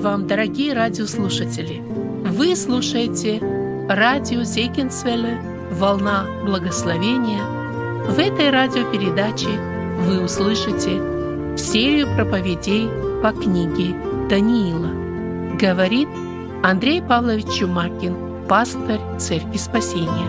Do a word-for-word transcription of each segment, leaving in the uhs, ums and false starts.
вам, дорогие радиослушатели! Вы слушаете радио Зегенсвелле «Волна благословения». В этой радиопередаче вы услышите серию проповедей по книге Даниила. Говорит Андрей Павлович Чумакин, пастырь Церкви Спасения.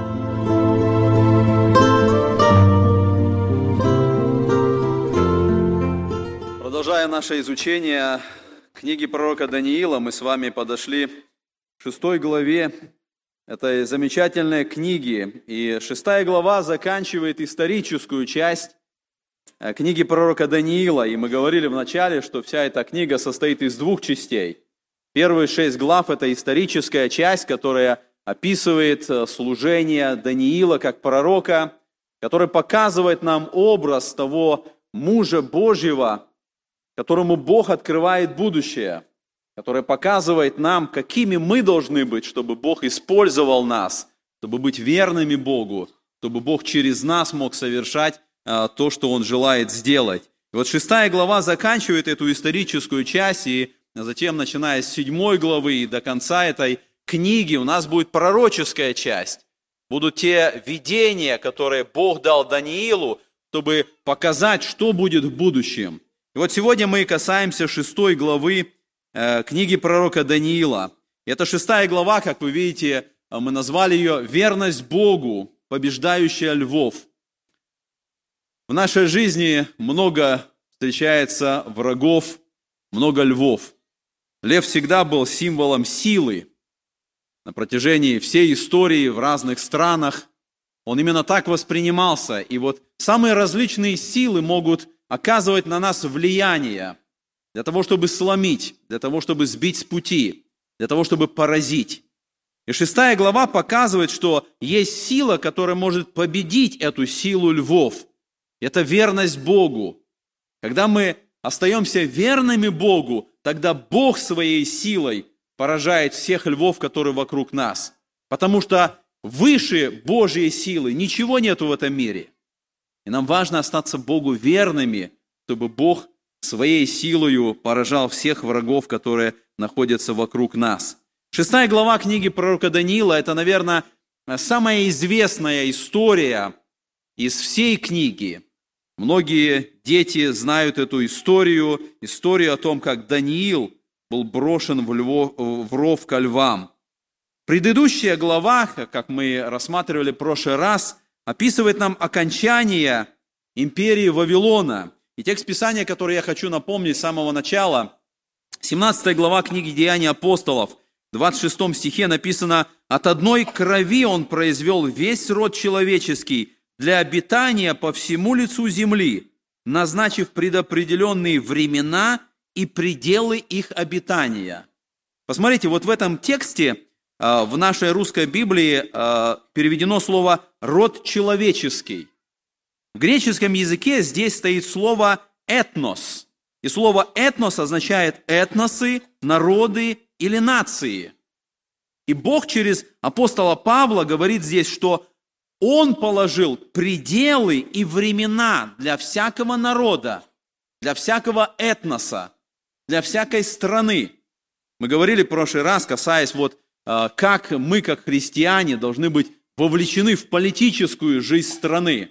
Продолжая наше изучение книги пророка Даниила, мы с вами подошли к шестой главе этой замечательной книги. И шестая глава заканчивает историческую часть книги пророка Даниила. И мы говорили вначале, что вся эта книга состоит из двух частей. Первые шесть глав – это историческая часть, которая описывает служение Даниила как пророка, который показывает нам образ того мужа Божьего, которому Бог открывает будущее, который показывает нам, какими мы должны быть, чтобы Бог использовал нас, чтобы быть верными Богу, чтобы Бог через нас мог совершать а, то, что Он желает сделать. И вот шестая глава заканчивает эту историческую часть, и затем, начиная с седьмой главы и до конца этой книги, у нас будет пророческая часть. Будут те видения, которые Бог дал Даниилу, чтобы показать, что будет в будущем. И вот сегодня мы касаемся шестой главы э, книги пророка Даниила. И эта шестая глава, как вы видите, мы назвали ее «Верность Богу, побеждающая львов». В нашей жизни много встречается врагов, много львов. Лев всегда был символом силы. На протяжении всей истории в разных странах он именно так воспринимался. И вот самые различные силы могут оказывать на нас влияние для того, чтобы сломить, для того, чтобы сбить с пути, для того, чтобы поразить. И шестая глава показывает, что есть сила, которая может победить эту силу львов. Это верность Богу. Когда мы остаемся верными Богу, тогда Бог своей силой поражает всех львов, которые вокруг нас. Потому что выше Божьей силы ничего нету в этом мире. И нам важно остаться Богу верными, чтобы Бог своей силою поражал всех врагов, которые находятся вокруг нас. Шестая глава книги пророка Даниила – это, наверное, самая известная история из всей книги. Многие дети знают эту историю, историю о том, как Даниил был брошен в, львов, в ров ко львам. Предыдущая глава, как мы рассматривали в прошлый раз, описывает нам окончание империи Вавилона. И текст Писания, который я хочу напомнить с самого начала, семнадцатая глава книги «Деяния апостолов», в двадцать шестом стихе написано: «От одной крови он произвел весь род человеческий для обитания по всему лицу земли, назначив предопределенные времена и пределы их обитания». Посмотрите, вот в этом тексте в нашей русской Библии переведено слово «род человеческий». В греческом языке здесь стоит слово «этнос». И слово «этнос» означает этносы, народы или нации. И Бог через апостола Павла говорит здесь, что Он положил пределы и времена для всякого народа, для всякого этноса, для всякой страны. Мы говорили в прошлый раз, касаясь вот как мы, как христиане, должны быть вовлечены в политическую жизнь страны.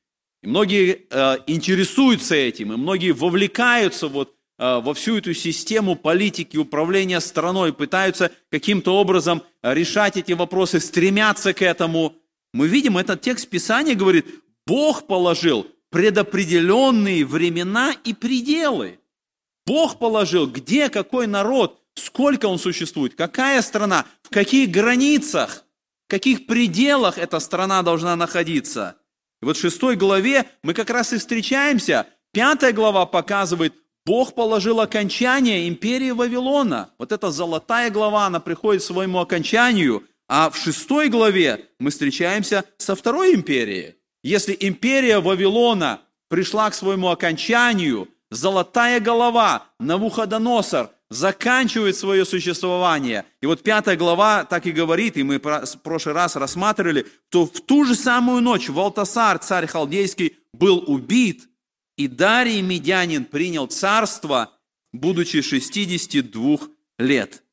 И многие э, интересуются этим, и многие вовлекаются вот, э, во всю эту систему политики, управления страной, пытаются каким-то образом решать эти вопросы, стремятся к этому. Мы видим, этот текст Писания говорит, Бог положил предопределенные времена и пределы. Бог положил, где какой народ, сколько он существует, какая страна, в каких границах, в каких пределах эта страна должна находиться. И вот в шестой главе мы как раз и встречаемся. Пятая глава показывает, Бог положил окончание империи Вавилона. Вот эта золотая глава, она приходит к своему окончанию. А в шестой главе мы встречаемся со второй империей. Если империя Вавилона пришла к своему окончанию, золотая голова, Навуходоносор, заканчивает свое существование. И вот пятая глава так и говорит, и мы в прошлый раз рассматривали, что в ту же самую ночь Валтасар, царь халдейский, был убит, и Дарий Медянин принял царство, будучи шестидесяти двух лет.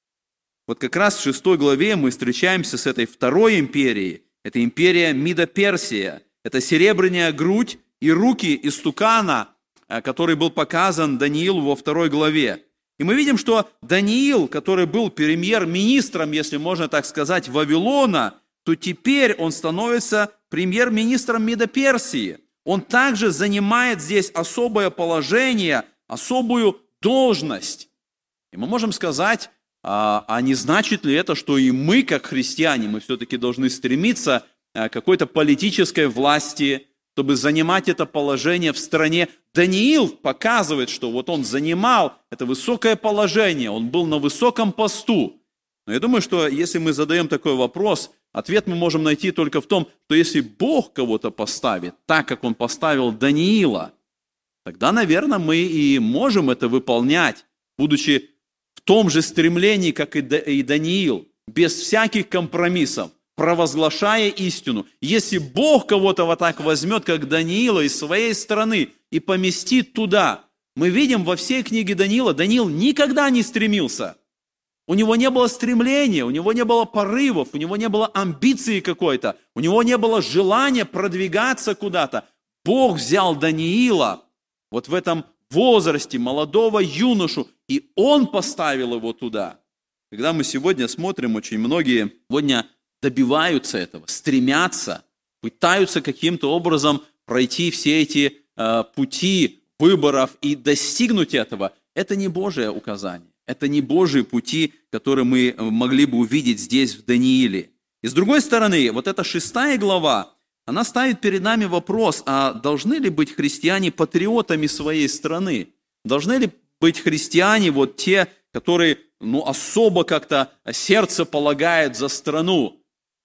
Вот как раз в шестой главе мы встречаемся с этой второй империей. Это империя Мидо-Персия. Это серебряная грудь и руки истукана, который был показан Даниилу во второй главе. И мы видим, что Даниил, который был премьер-министром, если можно так сказать, Вавилона, то теперь он становится премьер-министром Мидо-Персии. Он также занимает здесь особое положение, особую должность. И мы можем сказать, а, а не значит ли это, что и мы, как христиане, мы все-таки должны стремиться к какой-то политической власти, чтобы занимать это положение в стране. Даниил показывает, что вот он занимал это высокое положение, он был на высоком посту. Но я думаю, что если мы задаем такой вопрос, ответ мы можем найти только в том, что если Бог кого-то поставит так, как Он поставил Даниила, тогда, наверное, мы и можем это выполнять, будучи в том же стремлении, как и Даниил, без всяких компромиссов, провозглашая истину. Если Бог кого-то вот так возьмет, как Даниила, из своей страны и поместит туда, мы видим во всей книге Даниила, Даниил никогда не стремился. У него не было стремления, у него не было порывов, у него не было амбиции какой-то, у него не было желания продвигаться куда-то. Бог взял Даниила вот в этом возрасте, молодого юношу, и Он поставил его туда. Когда мы сегодня смотрим, очень многие сегодня добиваются этого, стремятся, пытаются каким-то образом пройти все эти э, пути выборов и достигнуть этого. Это не Божие указание. Это не Божьи пути, которые мы могли бы увидеть здесь, в Данииле. И с другой стороны, вот эта шестая глава, она ставит перед нами вопрос, а должны ли быть христиане патриотами своей страны? Должны ли быть христиане вот те, которые ну, особо как-то сердце полагают за страну?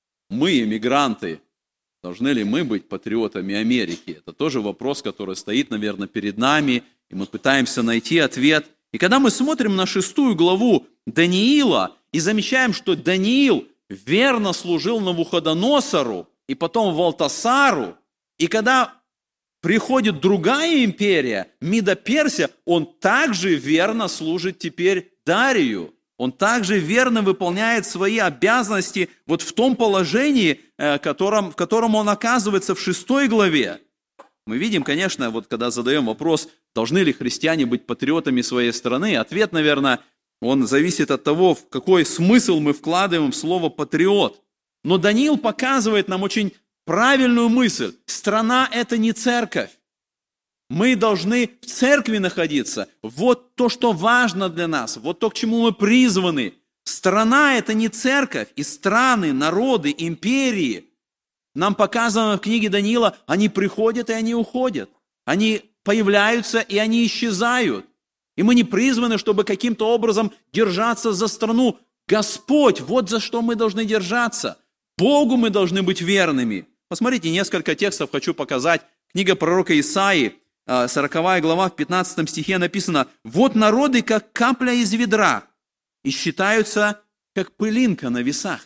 Мы, эмигранты, должны ли мы быть патриотами Америки? Это тоже вопрос, который стоит, наверное, перед нами, и мы пытаемся найти ответ. И когда мы смотрим на шестую главу Даниила и замечаем, что Даниил верно служил Навуходоносору и потом Валтасару, и когда приходит другая империя, Мидо-Персия, он также верно служит теперь Дарию. Он также верно выполняет свои обязанности вот в том положении, в котором, в котором он оказывается в шестой главе. Мы видим, конечно, вот когда задаем вопрос, должны ли христиане быть патриотами своей страны, ответ, наверное, он зависит от того, в какой смысл мы вкладываем в слово «патриот». Но Даниил показывает нам очень правильную мысль. Страна – это не церковь. Мы должны в церкви находиться. Вот то, что важно для нас, вот то, к чему мы призваны. Страна – это не церковь, и страны, народы, империи – нам показано в книге Даниила, они приходят и они уходят. Они появляются и они исчезают. И мы не призваны, чтобы каким-то образом держаться за страну. Господь, вот за что мы должны держаться. Богу мы должны быть верными. Посмотрите, несколько текстов хочу показать. Книга пророка Исаии, сороковая глава, в пятнадцатом стихе написано: «Вот народы, как капля из ведра, и считаются, как пылинка на весах».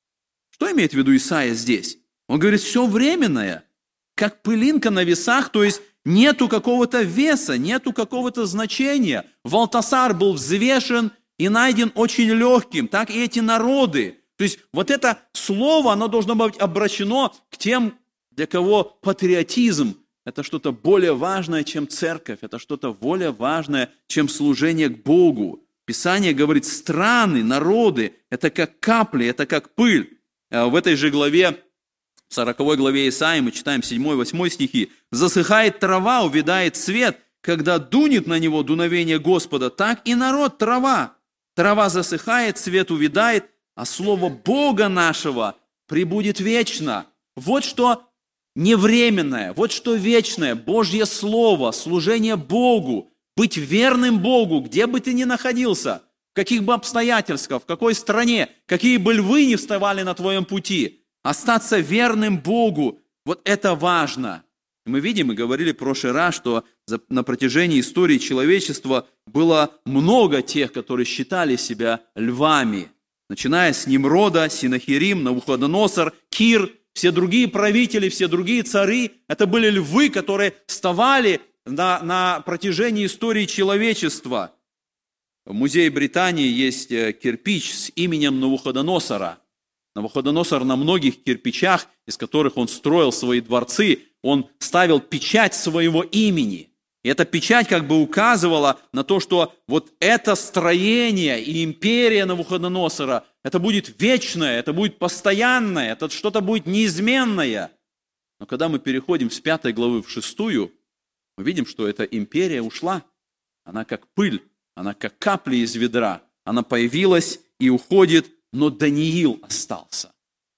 Что имеет в виду Исаия здесь? Он говорит, все временное, как пылинка на весах, то есть нету какого-то веса, нету какого-то значения. Валтасар был взвешен и найден очень легким, так и эти народы. То есть вот это слово, оно должно быть обращено к тем, для кого патриотизм – это что-то более важное, чем церковь, это что-то более важное, чем служение к Богу. Писание говорит, страны, народы – это как капли, это как пыль. В этой же главе, в сороковой главе Исаии мы читаем седьмой-восьмой стихи. «Засыхает трава, увядает цвет, когда дунет на него дуновение Господа, так и народ трава. Трава засыхает, цвет увядает, а слово Бога нашего пребудет вечно». Вот что невременное, вот что вечное, Божье Слово, служение Богу, быть верным Богу, где бы ты ни находился, в каких бы обстоятельствах, в какой стране, какие бы львы ни вставали на твоем пути. Остаться верным Богу, вот это важно. Мы видим, мы говорили в прошлый раз, что на протяжении истории человечества было много тех, которые считали себя львами. Начиная с Нимрода, Синахирим, Навуходоносор, Кир, все другие правители, все другие цари, это были львы, которые вставали на, на протяжении истории человечества. в музее Британии есть кирпич с именем Навуходоносора. Навуходоносор на многих кирпичах, из которых он строил свои дворцы, он ставил печать своего имени. И эта печать как бы указывала на то, что вот это строение и империя Навуходоносора, это будет вечное, это будет постоянное, это что-то будет неизменное. Но когда мы переходим с пятой главы в шестую, мы видим, что эта империя ушла. Она как пыль, она как капли из ведра. Она появилась и уходит, но Даниил остался.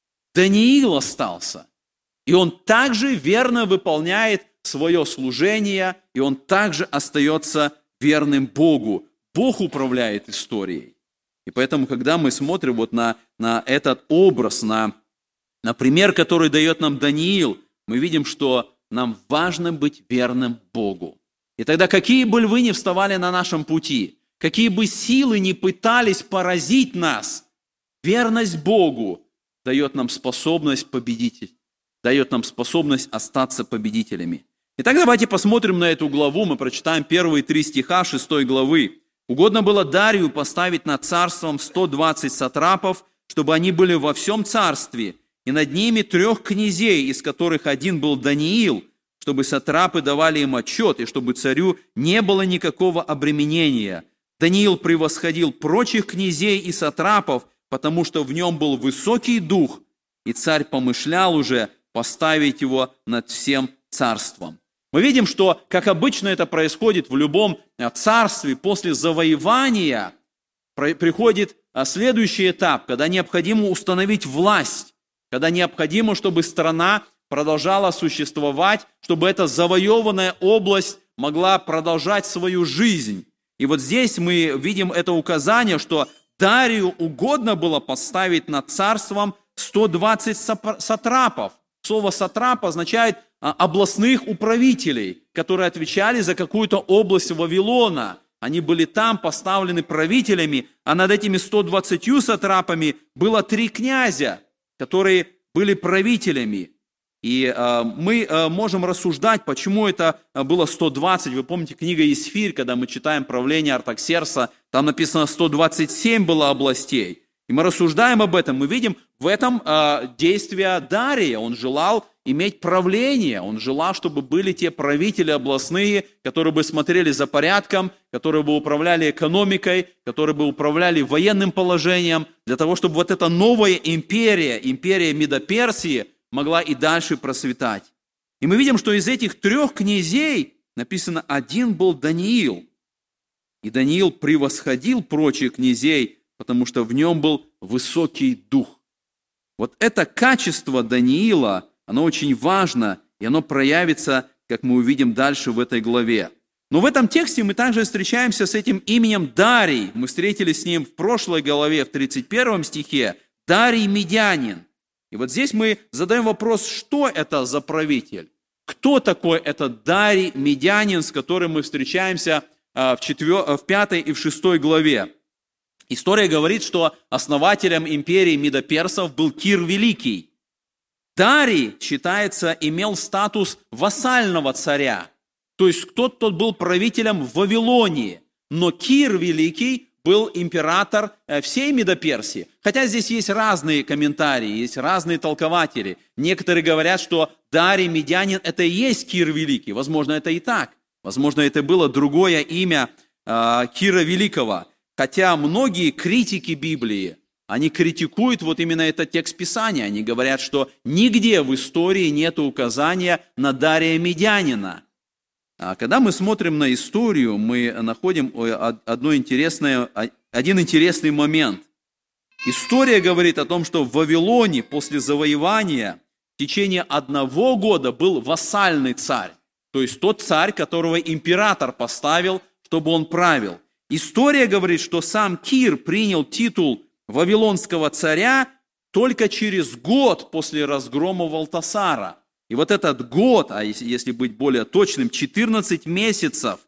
Даниил остался. И он также верно выполняет свое служение, и он также остается верным Богу. Бог управляет историей. И поэтому, когда мы смотрим вот на, на этот образ, на, на пример, который дает нам Даниил, мы видим, что нам важно быть верным Богу. И тогда какие бы львы ни вставали на нашем пути, какие бы силы ни пытались поразить нас, верность Богу дает нам способность победить, дает нам способность остаться победителями. Итак, давайте посмотрим на эту главу. Мы прочитаем первые три стиха шестой главы. «Угодно было Дарию поставить над царством сто двадцать сатрапов, чтобы они были во всем царстве, и над ними трех князей, из которых один был Даниил, чтобы сатрапы давали им отчет, и чтобы царю не было никакого обременения. Даниил превосходил прочих князей и сатрапов, потому что в нем был высокий дух, и царь помышлял уже поставить его над всем царством». Мы видим, что, как обычно это происходит в любом царстве, после завоевания приходит следующий этап, когда необходимо установить власть, когда необходимо, чтобы страна продолжала существовать, чтобы эта завоеванная область могла продолжать свою жизнь. И вот здесь мы видим это указание, что Дарию угодно было поставить над царством сто двадцать сатрапов. Слово «сатрап» означает областных управителей, которые отвечали за какую-то область Вавилона. Они были там поставлены правителями, а над этими ста двадцатью сатрапами было три князя, которые были правителями. И э, мы э, можем рассуждать, почему это было сто двадцать. Вы помните, книга Исфирь, когда мы читаем правление Артаксеркса, там написано сто двадцать семь было областей. И мы рассуждаем об этом, мы видим в этом э, действие Дария. Он желал иметь правление, он желал, чтобы были те правители областные, которые бы смотрели за порядком, которые бы управляли экономикой, которые бы управляли военным положением, для того, чтобы вот эта новая империя, империя Медоперсии, могла и дальше процветать. И мы видим, что из этих трех князей написано, один был Даниил. И Даниил превосходил прочих князей, потому что в нем был высокий дух. Вот это качество Даниила, оно очень важно, и оно проявится, как мы увидим дальше в этой главе. Но в этом тексте мы также встречаемся с этим именем Дарий. Мы встретились с ним в прошлой главе, в тридцать первом стихе. Дарий Медянин. И вот здесь мы задаем вопрос, что это за правитель? Кто такой этот Дарий Медянин, с которым мы встречаемся в, четвер... в пятой и в шестой главе? История говорит, что основателем империи Медоперсов был Кир Великий. Дарий, считается, имел статус вассального царя. То есть кто-то был правителем в Вавилонии. Но Кир Великий был император всей Медоперсии. Хотя здесь есть разные комментарии, есть разные толкователи. Некоторые говорят, что Дарий Медянин – это и есть Кир Великий. Возможно, это и так. Возможно, это было другое имя э, Кира Великого. Хотя многие критики Библии, они критикуют вот именно этот текст Писания. Они говорят, что нигде в истории нет указания на Дария Медянина. А когда мы смотрим на историю, мы находим одно интересное, один интересный момент. История говорит о том, что в Вавилоне после завоевания в течение одного года был вассальный царь. То есть тот царь, которого император поставил, чтобы он правил. История говорит, что сам Кир принял титул вавилонского царя только через год после разгрома Валтасара. И вот этот год, а если быть более точным, четырнадцать месяцев,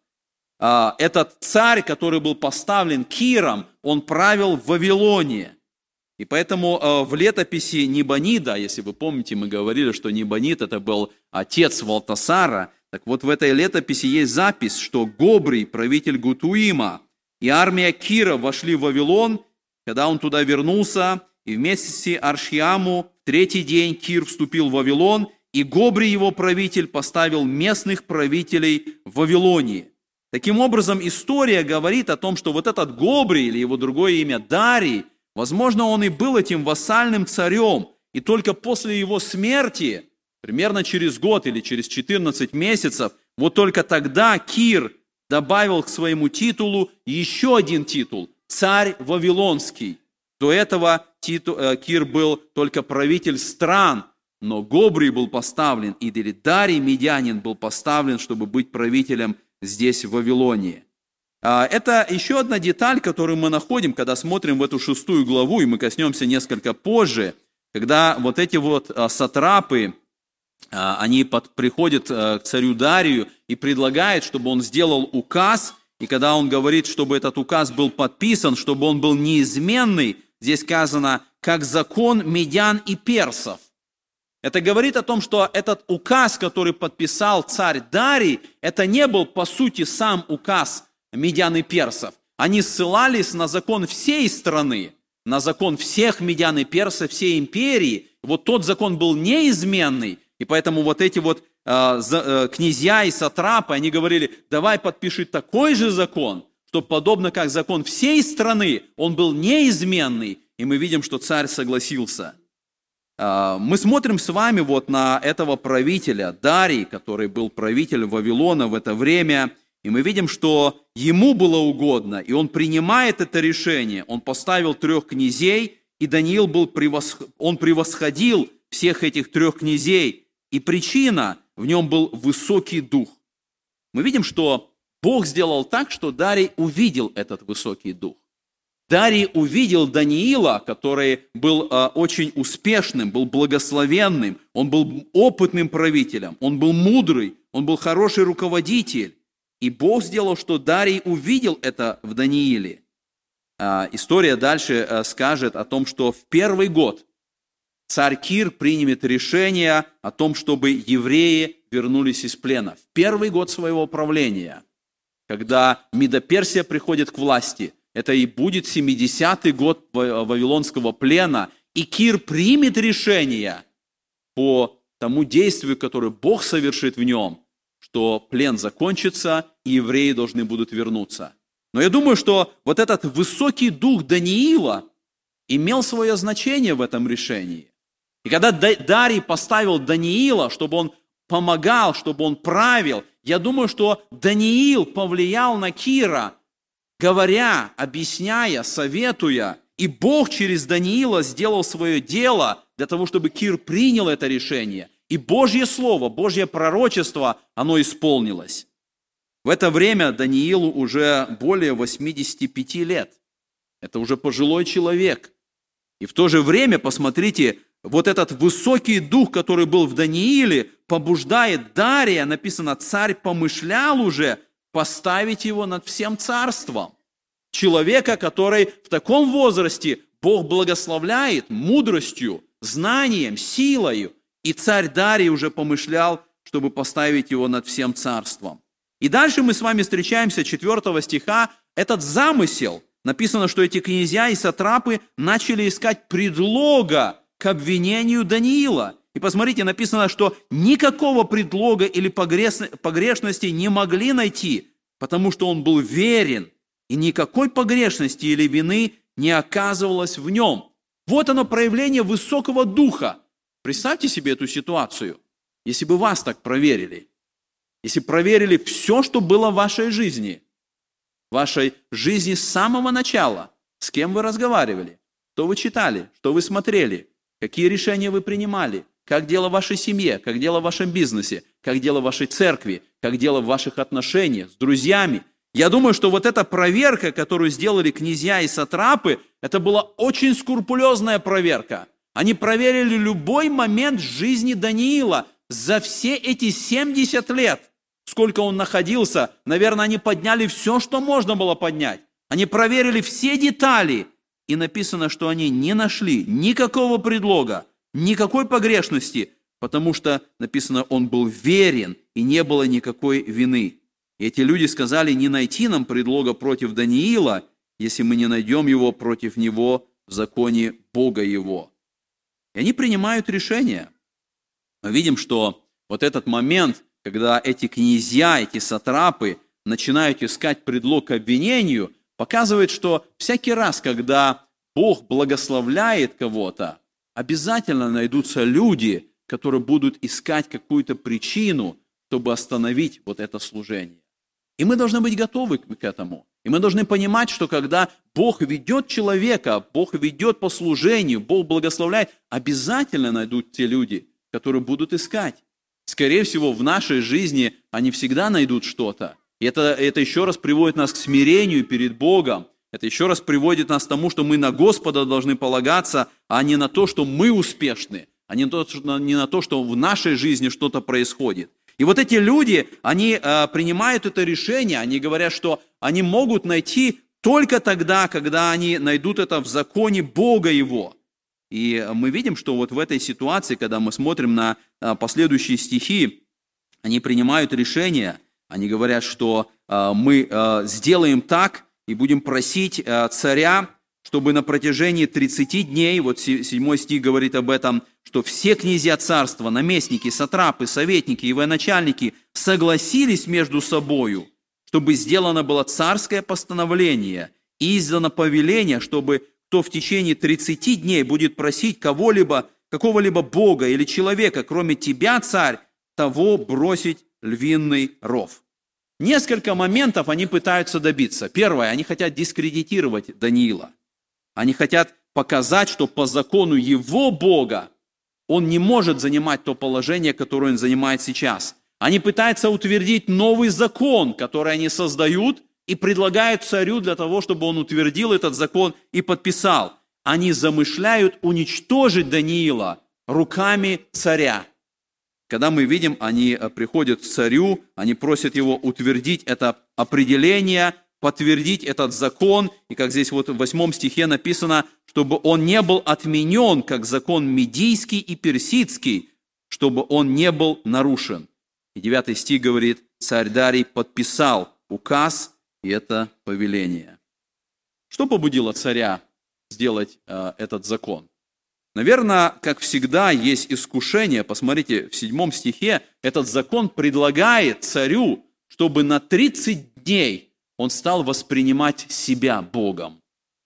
этот царь, который был поставлен Киром, он правил в Вавилоне. И поэтому в летописи Небонида, если вы помните, мы говорили, что Небонид это был отец Валтасара, так вот в этой летописи есть запись, что Гобрий, правитель Гутуима, и армия Кира вошли в Вавилон, когда он туда вернулся, и вместе с Аршиаму в третий день Кир вступил в Вавилон, и Гобри, его правитель, поставил местных правителей в Вавилонии. Таким образом, история говорит о том, что вот этот Гобри, или его другое имя Дарий, возможно, он и был этим вассальным царем, и только после его смерти, примерно через год или через четырнадцать месяцев, вот только тогда Кир добавил к своему титулу еще один титул – царь Вавилонский. До этого титу, э, Кир был только правитель стран, но Гобри был поставлен, и Дарий Медянин был поставлен, чтобы быть правителем здесь, в Вавилонии. А, это еще одна деталь, которую мы находим, когда смотрим в эту шестую главу, и мы коснемся несколько позже, когда вот эти вот а, сатрапы, а, они под, приходят а, к царю Дарию и предлагают, чтобы он сделал указ, и когда он говорит, чтобы этот указ был подписан, чтобы он был неизменный, здесь сказано, как закон медян и персов. Это говорит о том, что этот указ, который подписал царь Дарий, это не был, по сути, сам указ медян и персов. Они ссылались на закон всей страны, на закон всех медян и персов, всей империи. Вот тот закон был неизменный, и поэтому вот эти вот э, э, князья и сатрапы, они говорили, давай подпиши такой же закон, чтобы подобно как закон всей страны, он был неизменный. И мы видим, что царь согласился. Мы смотрим с вами вот на этого правителя, Дарий, который был правителем Вавилона в это время, и мы видим, что ему было угодно, и он принимает это решение. Он поставил трех князей, и Даниил был превосх... он превосходил всех этих трех князей, и причина в нем был высокий дух. Мы видим, что Бог сделал так, что Дарий увидел этот высокий дух. Дарий увидел Даниила, который был э, очень успешным, был благословенным, он был опытным правителем, он был мудрый, он был хороший руководитель. И Бог сделал, что Дарий увидел это в Данииле. Э, история дальше э, скажет о том, что в первый год царь Кир примет решение о том, чтобы евреи вернулись из плена. В первый год своего правления, когда Медоперсия приходит к власти, это и будет семидесятый год Вавилонского плена, и Кир примет решение по тому действию, которое Бог совершит в нем, что плен закончится, и евреи должны будут вернуться. Но я думаю, что вот этот высокий дух Даниила имел свое значение в этом решении. И когда Дарий поставил Даниила, чтобы он помогал, чтобы он правил, я думаю, что Даниил повлиял на Кира, говоря, объясняя, советуя, и Бог через Даниила сделал свое дело для того, чтобы Кир принял это решение. И Божье Слово, Божье пророчество, оно исполнилось. В это время Даниилу уже более восьмидесяти пяти лет. Это уже пожилой человек. И в то же время, посмотрите, вот этот высокий дух, который был в Данииле, побуждает Дария, написано, царь помышлял уже, поставить его над всем царством. Человека, который в таком возрасте Бог благословляет мудростью, знанием, силою. И царь Дарий уже помышлял, чтобы поставить его над всем царством. И дальше мы с вами встречаемся, четвёртого стиха, этот замысел. Написано, что эти князья и сатрапы начали искать предлога к обвинению Даниила. И посмотрите, написано, что никакого предлога или погрешности не могли найти, потому что он был верен, и никакой погрешности или вины не оказывалось в нем. Вот оно проявление высокого духа. Представьте себе эту ситуацию, если бы вас так проверили, если проверили все, что было в вашей жизни, в вашей жизни с самого начала, с кем вы разговаривали, что вы читали, что вы смотрели, какие решения вы принимали, как дело в вашей семье, как дело в вашем бизнесе, как дело в вашей церкви, как дело в ваших отношениях с друзьями. Я думаю, что вот эта проверка, которую сделали князья и сатрапы, это была очень скрупулезная проверка. Они проверили любой момент жизни Даниила за все эти семьдесят лет, сколько он находился. Наверное, они подняли все, что можно было поднять. Они проверили все детали. И написано, что они не нашли никакого предлога, никакой погрешности, потому что, написано, он был верен, и не было никакой вины. И эти люди сказали: не найти нам предлога против Даниила, если мы не найдем его против него в законе Бога его. И они принимают решение. Мы видим, что вот этот момент, когда эти князья, эти сатрапы начинают искать предлог к обвинению, показывает, что всякий раз, когда Бог благословляет кого-то, обязательно найдутся люди, которые будут искать какую-то причину, чтобы остановить вот это служение. И мы должны быть готовы к этому. И мы должны понимать, что когда Бог ведет человека, Бог ведет по служению, Бог благословляет, обязательно найдут те люди, которые будут искать. Скорее всего, в нашей жизни они всегда найдут что-то. И это, это еще раз приводит нас к смирению перед Богом. Это еще раз приводит нас к тому, что мы на Господа должны полагаться, а не на то, что мы успешны, а не на то, что, не на то, что в нашей жизни что-то происходит. И вот эти люди, они э, принимают это решение, они говорят, что они могут найти только тогда, когда они найдут это в законе Бога его. И мы видим, что вот в этой ситуации, когда мы смотрим на э, последующие стихи, они принимают решение, они говорят, что э, мы э, сделаем так и будем просить э, царя, чтобы на протяжении тридцати дней, вот седьмой стих говорит об этом, что все князья царства, наместники, сатрапы, советники и военачальники согласились между собою, чтобы сделано было царское постановление и издано повеление, чтобы кто в течение тридцати дней будет просить кого-либо, какого-либо бога или человека, кроме тебя, царь, того бросить львиный ров. Несколько моментов они пытаются добиться. Первое, они хотят дискредитировать Даниила. Они хотят показать, что по закону его Бога он не может занимать то положение, которое он занимает сейчас. Они пытаются утвердить новый закон, который они создают, и предлагают царю для того, чтобы он утвердил этот закон и подписал. Они замышляют уничтожить Даниила руками царя. Когда мы видим, они приходят к царю, они просят его утвердить это определение, подтвердить этот закон, и как здесь вот в восьмом стихе написано, чтобы он не был отменен, как закон медийский и персидский, чтобы он не был нарушен. И девятый стих говорит, царь Дарий подписал указ и это повеление. Что побудило царя сделать э, этот закон? Наверное, как всегда, есть искушение. Посмотрите, в седьмом стихе этот закон предлагает царю, чтобы на тридцать дней он стал воспринимать себя Богом.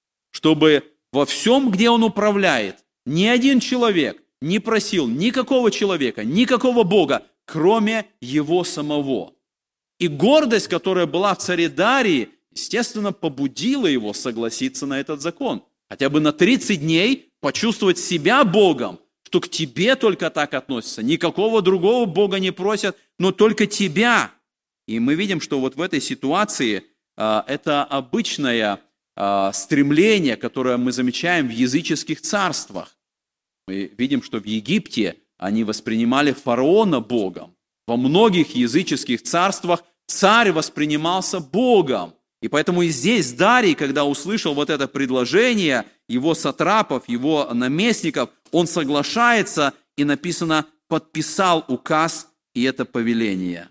Чтобы во всем, где он управляет, ни один человек не просил никакого человека, никакого Бога, кроме его самого. И гордость, которая была в царе Дарии, естественно, побудила его согласиться на этот закон. Хотя бы на тридцать дней почувствовать себя Богом, что к тебе только так относятся. Никакого другого Бога не просят, но только тебя. И мы видим, что вот в этой ситуации а, это обычное а, стремление, которое мы замечаем в языческих царствах. Мы видим, что в Египте они воспринимали фараона Богом. Во многих языческих царствах царь воспринимался Богом. И поэтому и здесь Дарий, когда услышал вот это предложение его сатрапов, его наместников, он соглашается, и написано, подписал указ и это повеление.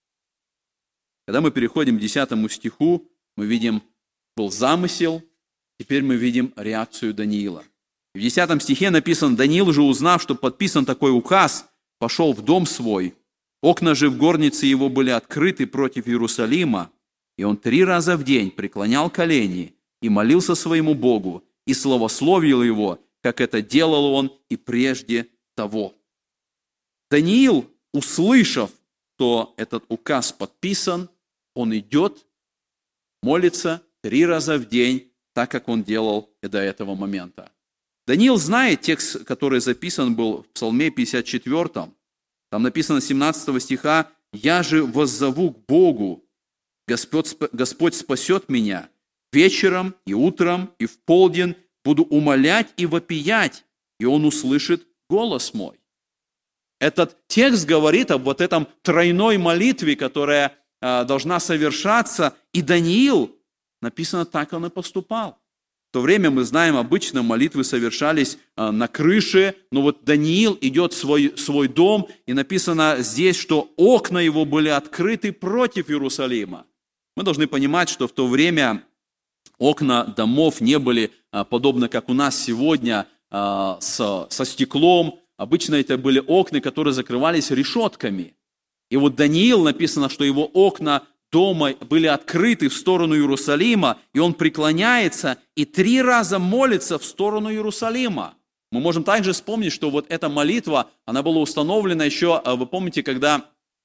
Когда мы переходим к десятому стиху, мы видим, был замысел, теперь мы видим реакцию Даниила. В десятом стихе написано, Даниил же, узнав, что подписан такой указ, пошел в дом свой. Окна же в горнице его были открыты против Иерусалима, и он три раза в день преклонял колени и молился своему Богу, и славословил его, как это делал он и прежде того. Даниил, услышав, что этот указ подписан, он идет, молится три раза в день, так как он делал и до этого момента. Даниил знает текст, который записан был в Псалме пятьдесят четвёртом. Там написано семнадцатого стиха, «Я же воззову к Богу, Господь, Господь спасет меня, вечером и утром и в полдень буду умолять и вопиять, и Он услышит голос мой». Этот текст говорит об вот этом тройной молитве, которая э, должна совершаться, и Даниил, написано, так он и поступал. В то время, мы знаем, обычно молитвы совершались а, на крыше, но вот Даниил идет в свой, свой дом, и написано здесь, что окна его были открыты против Иерусалима. Мы должны понимать, что в то время окна домов не были а, подобны, как у нас сегодня, а, с, со стеклом. Обычно это были окна, которые закрывались решетками. И вот Даниил, написано, что его окна дома были открыты в сторону Иерусалима, и он преклоняется и три раза молится в сторону Иерусалима. Мы можем также вспомнить, что вот эта молитва, она была установлена еще, вы помните, когда,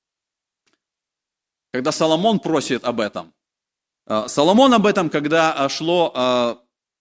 когда Соломон просит об этом. Соломон об этом, когда шло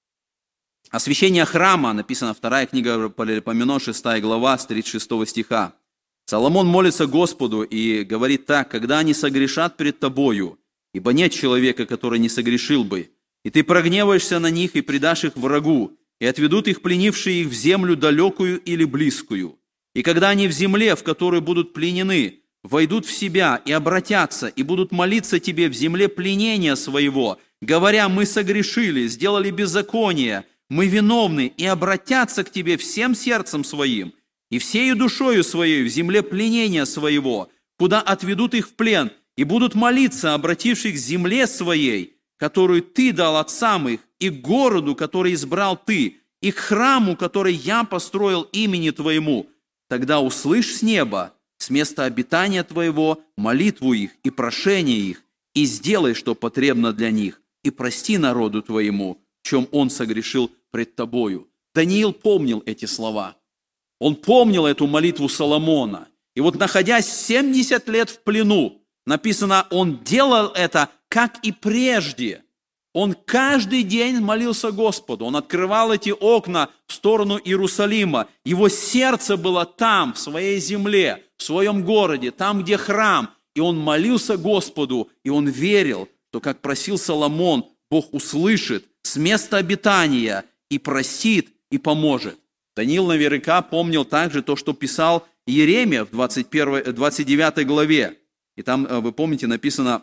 освящение храма, написано вторая книга Паралипоменон, шестая глава, с тридцать шестого стиха. Соломон молится Господу и говорит так: «Когда они согрешат пред Тобою, ибо нет человека, который не согрешил бы, и Ты прогневаешься на них и предашь их врагу, и отведут их пленившие их в землю далекую или близкую. И когда они в земле, в которой будут пленены, войдут в себя и обратятся, и будут молиться Тебе в земле пленения своего, говоря: мы согрешили, сделали беззаконие, мы виновны, и обратятся к Тебе всем сердцем своим, и всею душою своей в земле пленения своего, куда отведут их в плен, и будут молиться, обратившись к земле своей, которую Ты дал отцам их, и к городу, который избрал Ты, и к храму, который я построил имени Твоему, тогда услышь с неба, с места обитания Твоего, молитву их и прошение их, и сделай, что потребно для них, и прости народу Твоему, в чем он согрешил пред Тобою». Даниил помнил эти слова. Он помнил эту молитву Соломона. И вот, находясь семьдесят лет в плену, написано, он делал это, как и прежде. Он каждый день молился Господу. Он открывал эти окна в сторону Иерусалима. Его сердце было там, в своей земле, в своем городе, там, где храм. И он молился Господу, и он верил, что, как просил Соломон, Бог услышит с места обитания и простит, и поможет. Даниил наверняка помнил также то, что писал Иеремия в двадцать первой, двадцать девятой главе. И там, вы помните, написано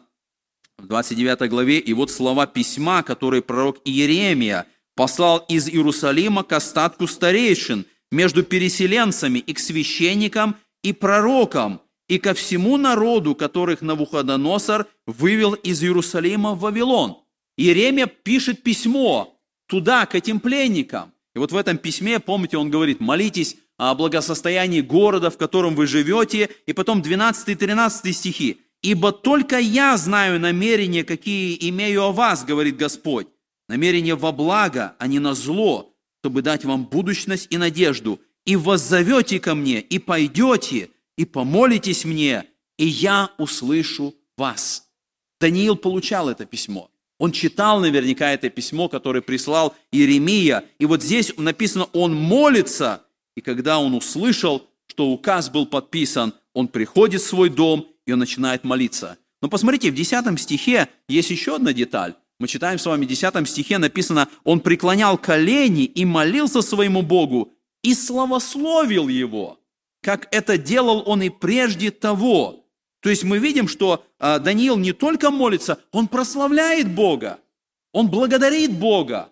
в двадцать девятой главе, и вот слова письма, которые пророк Иеремия послал из Иерусалима к остатку старейшин, между переселенцами и к священникам и пророкам, и ко всему народу, которых Навуходоносор вывел из Иерусалима в Вавилон. Иеремия пишет письмо туда, к этим пленникам. И вот в этом письме, помните, он говорит: молитесь о благосостоянии города, в котором вы живете. И потом двенадцатый и тринадцатый стихи. «Ибо только я знаю намерения, какие имею о вас, говорит Господь, намерения во благо, а не на зло, чтобы дать вам будущность и надежду. И воззовете ко мне, и пойдете, и помолитесь мне, и я услышу вас». Даниил получал это письмо. Он читал наверняка это письмо, которое прислал Иеремия. И вот здесь написано, он молится. И когда он услышал, что указ был подписан, он приходит в свой дом, и он начинает молиться. Но посмотрите, в десятом стихе есть еще одна деталь. Мы читаем с вами в десятом стихе написано, он преклонял колени и молился своему Богу, и славословил его, как это делал он и прежде того. То есть мы видим, что а, Даниил не только молится, он прославляет Бога, он благодарит Бога.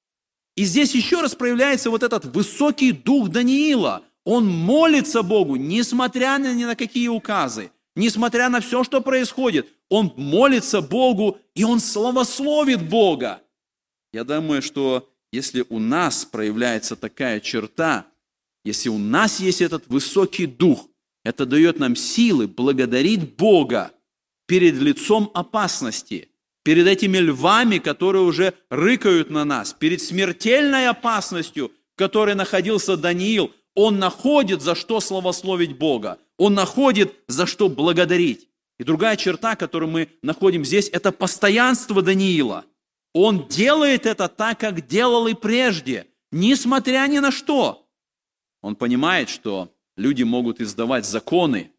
И здесь еще раз проявляется вот этот высокий дух Даниила. Он молится Богу, несмотря ни на какие указы, несмотря на все, что происходит. Он молится Богу, и он славословит Бога. Я думаю, что если у нас проявляется такая черта, если у нас есть этот высокий дух, это дает нам силы благодарить Бога перед лицом опасности, перед этими львами, которые уже рыкают на нас, перед смертельной опасностью, в которой находился Даниил. Он находит, за что славословить Бога. Он находит, за что благодарить. И другая черта, которую мы находим здесь, это постоянство Даниила. Он делает это так, как делал и прежде, несмотря ни на что. Он понимает, что люди могут издавать законы,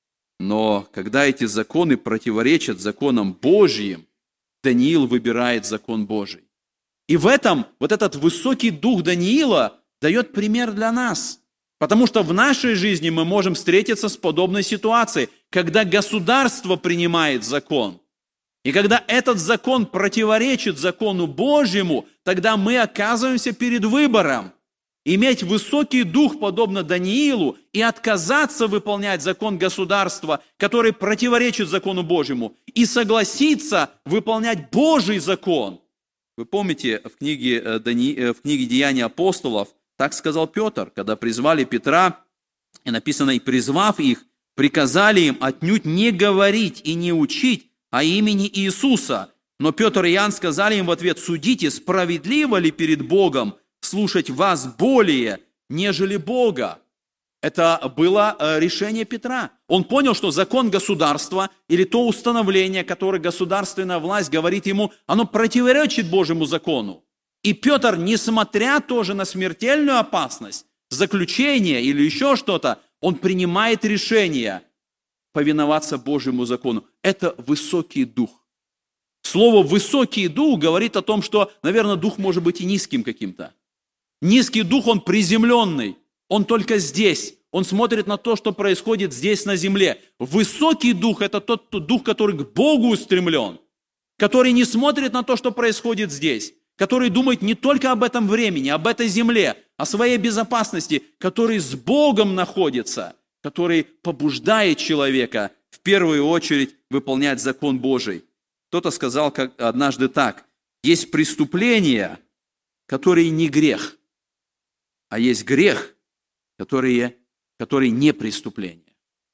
но когда эти законы противоречат законам Божьим, Даниил выбирает закон Божий. И в этом вот этот высокий дух Даниила дает пример для нас. Потому что в нашей жизни мы можем встретиться с подобной ситуацией, когда государство принимает закон. И когда этот закон противоречит закону Божьему, тогда мы оказываемся перед выбором. Иметь высокий дух, подобно Даниилу, и отказаться выполнять закон государства, который противоречит закону Божьему, и согласиться выполнять Божий закон. Вы помните, в книге, Дани... в книге «Деяния апостолов» так сказал Петр, когда призвали Петра, и написано, и призвав их, приказали им отнюдь не говорить и не учить о имени Иисуса. Но Петр и Иоанн сказали им в ответ: судите, справедливо ли перед Богом слушать вас более, нежели Бога. Это было решение Петра. Он понял, что закон государства или то установление, которое государственная власть говорит ему, оно противоречит Божьему закону. И Петр, несмотря тоже на смертельную опасность, заключение или еще что-то, он принимает решение повиноваться Божьему закону. Это высокий дух. Слово «высокий дух» говорит о том, что, наверное, дух может быть и низким каким-то. Низкий дух, он приземленный, он только здесь, он смотрит на то, что происходит здесь на земле. Высокий дух – это тот дух, который к Богу устремлен, который не смотрит на то, что происходит здесь, который думает не только об этом времени, об этой земле, о своей безопасности, который с Богом находится, который побуждает человека в первую очередь выполнять закон Божий. Кто-то сказал как однажды так: есть преступления, которые не грех, а есть грех, которые, которые не преступление.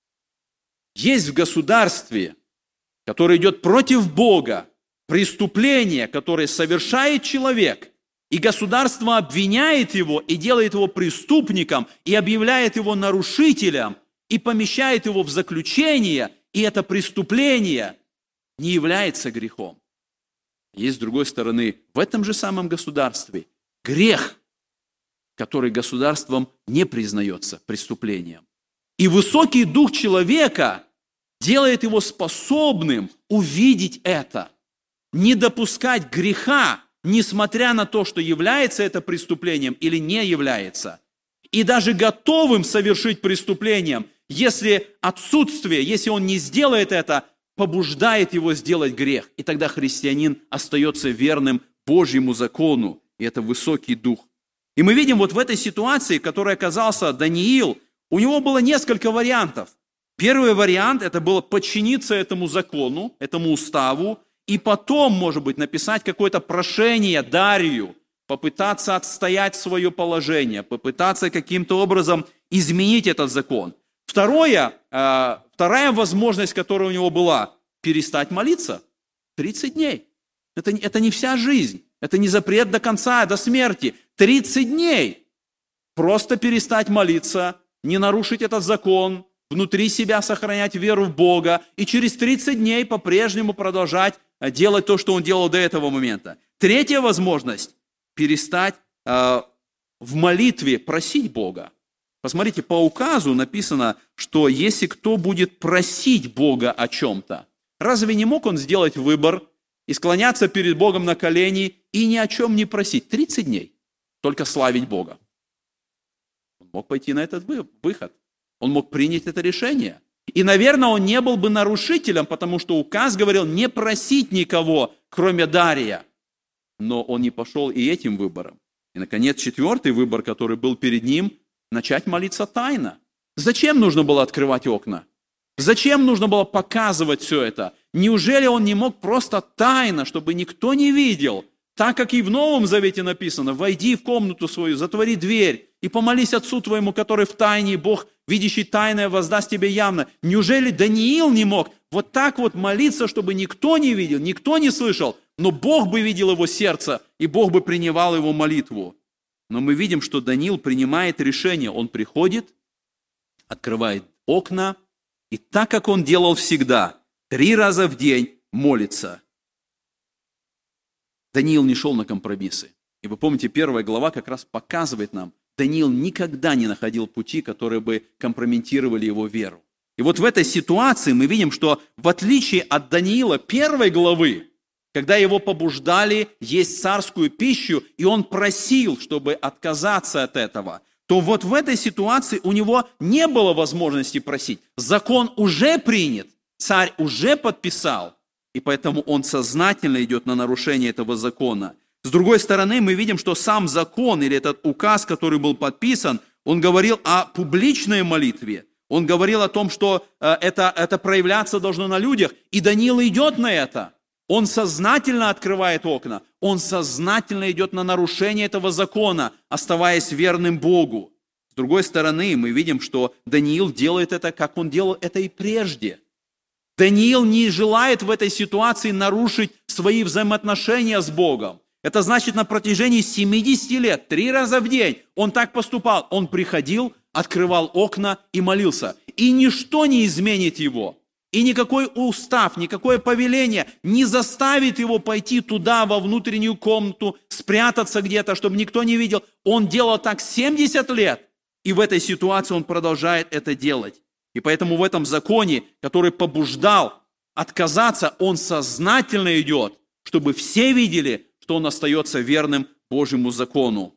Есть в государстве, которое идет против Бога, преступление, которое совершает человек, и государство обвиняет его и делает его преступником, и объявляет его нарушителем, и помещает его в заключение, и это преступление не является грехом. Есть, с другой стороны, в этом же самом государстве грех, который государством не признается преступлением. И высокий дух человека делает его способным увидеть это, не допускать греха, несмотря на то, что является это преступлением или не является, и даже готовым совершить преступлением, если отсутствие, если он не сделает это, побуждает его сделать грех. И тогда христианин остается верным Божьему закону, и это высокий дух. И мы видим вот в этой ситуации, в которой оказался Даниил, у него было несколько вариантов. Первый вариант – это было подчиниться этому закону, этому уставу, и потом, может быть, написать какое-то прошение Дарию, попытаться отстоять свое положение, попытаться каким-то образом изменить этот закон. Второе, э, вторая возможность, которая у него была – перестать молиться тридцать дней. Это, это не вся жизнь, это не запрет до конца, до смерти. тридцать дней просто перестать молиться, не нарушить этот закон, внутри себя сохранять веру в Бога, и через тридцать дней по-прежнему продолжать делать то, что он делал до этого момента. Третья возможность – перестать э, в молитве просить Бога. Посмотрите, по указу написано, что если кто будет просить Бога о чем-то, разве не мог он сделать выбор и склоняться перед Богом на колени и ни о чем не просить? тридцать дней, только славить Бога. Он мог пойти на этот выход, он мог принять это решение. И, наверное, он не был бы нарушителем, потому что указ говорил не просить никого, кроме Дария. Но он не пошел и этим выбором. И, наконец, четвертый выбор, который был перед ним – начать молиться тайно. Зачем нужно было открывать окна? Зачем нужно было показывать все это? Неужели он не мог просто тайно, чтобы никто не видел, так как и в Новом Завете написано: «Войди в комнату свою, затвори дверь и помолись Отцу твоему, который в тайне, и Бог, видящий тайное, воздаст тебе явно». Неужели Даниил не мог вот так вот молиться, чтобы никто не видел, никто не слышал, но Бог бы видел его сердце, и Бог бы принимал его молитву? Но мы видим, что Даниил принимает решение. Он приходит, открывает окна, и так, как он делал всегда, три раза в день молится. Даниил не шел на компромиссы. И вы помните, первая глава как раз показывает нам, Даниил никогда не находил пути, которые бы компрометировали его веру. И вот в этой ситуации мы видим, что в отличие от Даниила первой главы, когда его побуждали есть царскую пищу, и он просил, чтобы отказаться от этого, то вот в этой ситуации у него не было возможности просить. Закон уже принят, царь уже подписал, и поэтому он сознательно идет на нарушение этого закона. С другой стороны, мы видим, что сам закон или этот указ, который был подписан, он говорил о публичной молитве. Он говорил о том, что это, это проявляться должно на людях. И Даниил идет на это. Он сознательно открывает окна. Он сознательно идет на нарушение этого закона, оставаясь верным Богу. С другой стороны, мы видим, что Даниил делает это, как он делал это и прежде. Даниил не желает в этой ситуации нарушить свои взаимоотношения с Богом. Это значит, на протяжении семидесяти лет, три раза в день, он так поступал. Он приходил, открывал окна и молился. И ничто не изменит его. И никакой устав, никакое повеление не заставит его пойти туда, во внутреннюю комнату, спрятаться где-то, чтобы никто не видел. Он делал так семьдесят лет, и в этой ситуации он продолжает это делать. И поэтому в этом законе, который побуждал отказаться, он сознательно идет, чтобы все видели, что он остается верным Божьему закону.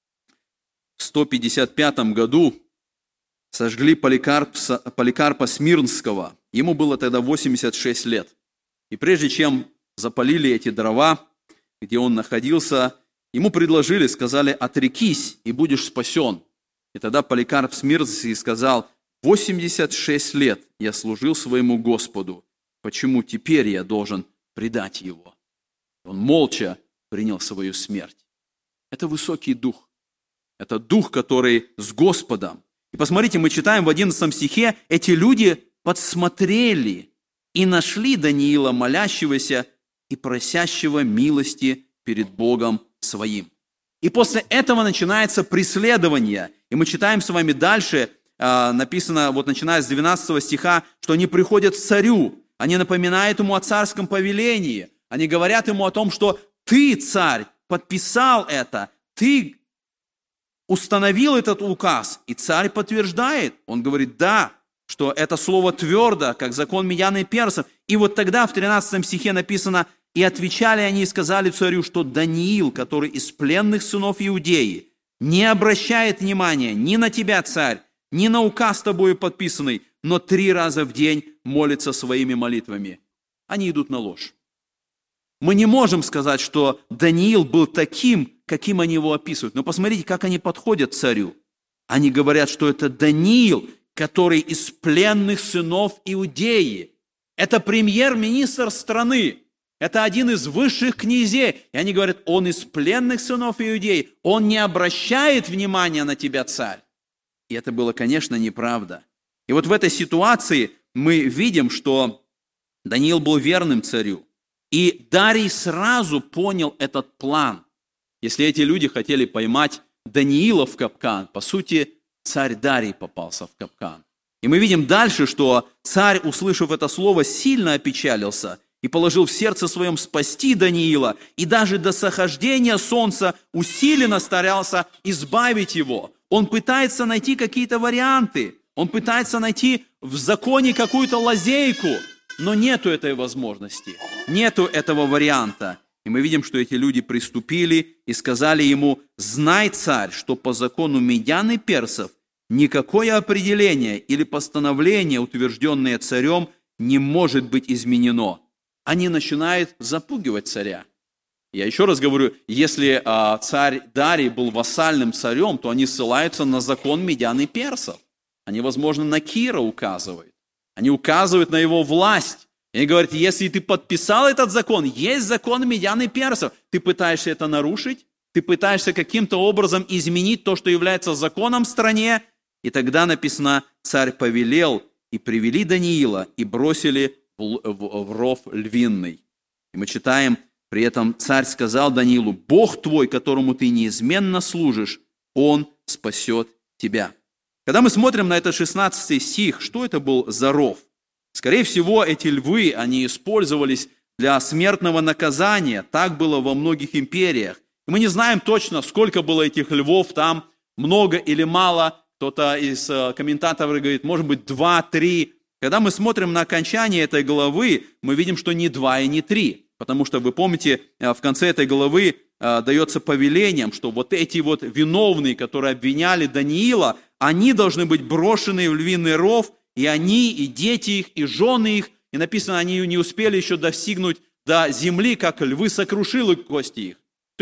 В сто пятьдесят пятом году сожгли Поликарпа, Поликарпа Смирнского. Ему было тогда восемьдесят шесть лет. И прежде чем запалили эти дрова, где он находился, ему предложили, сказали: отрекись, и будешь спасен. И тогда Поликарп Смирнский сказал: восемьдесят шесть лет я служил своему Господу, почему теперь я должен предать его? Он молча принял свою смерть. Это высокий дух. Это дух, который с Господом. И посмотрите, мы читаем в одиннадцатом стихе, эти люди подсмотрели и нашли Даниила, молящегося и просящего милости перед Богом своим. И после этого начинается преследование. И мы читаем с вами дальше, написано, вот начиная с двенадцатого стиха, что они приходят к царю, они напоминают ему о царском повелении, они говорят ему о том, что ты, царь, подписал это, ты установил этот указ, и царь подтверждает, он говорит, да, что это слово твердо, как закон Медян и Персов. И вот тогда в тринадцатом стихе написано: «И отвечали они и сказали царю, что Даниил, который из пленных сынов Иудеи, не обращает внимания ни на тебя, царь, ни на указ тобою подписанный, но три раза в день молится своими молитвами». Они идут на ложь. Мы не можем сказать, что Даниил был таким, каким они его описывают. Но посмотрите, как они подходят к царю. Они говорят, что это Даниил, который из пленных сынов Иудеи. Это премьер-министр страны. Это один из высших князей. И они говорят, он из пленных сынов Иудеи. Он не обращает внимания на тебя, царь. И это было, конечно, неправда. И вот в этой ситуации мы видим, что Даниил был верным царю. И Дарий сразу понял этот план. Если эти люди хотели поймать Даниила в капкан, по сути, царь Дарий попался в капкан. И мы видим дальше, что царь, услышав это слово, сильно опечалился и положил в сердце своем спасти Даниила, и даже до сохождения солнца усиленно старался избавить его. Он пытается найти какие-то варианты, он пытается найти в законе какую-то лазейку, но нету этой возможности, нету этого варианта. И мы видим, что эти люди приступили и сказали ему: «Знай, царь, что по закону Медян и Персов никакое определение или постановление, утвержденное царем, не может быть изменено». Они начинают запугивать царя. Я еще раз говорю, если а, царь Дарий был вассальным царем, то они ссылаются на закон Медян и Персов. Они, возможно, на Кира указывают. Они указывают на его власть. И они говорят, если ты подписал этот закон, есть закон Медян и Персов, ты пытаешься это нарушить, ты пытаешься каким-то образом изменить то, что является законом в стране. И тогда написано, царь повелел, и привели Даниила, и бросили в, в, в ров львиный. И мы читаем, при этом царь сказал Даниилу: «Бог твой, которому ты неизменно служишь, Он спасет тебя». Когда мы смотрим на этот шестнадцатый стих, что это был за ров? Скорее всего, эти львы, они использовались для смертного наказания. Так было во многих империях. И мы не знаем точно, сколько было этих львов там, много или мало. Кто-то из комментаторов говорит, может быть, два, три. Когда мы смотрим на окончание этой главы, мы видим, что не два и не три. Потому что, вы помните, в конце этой главы дается повелением, что вот эти вот виновные, которые обвиняли Даниила, они должны быть брошены в львиный ров, и они, и дети их, и жены их. И написано, они не успели еще достигнуть до земли, как львы сокрушили кости их. То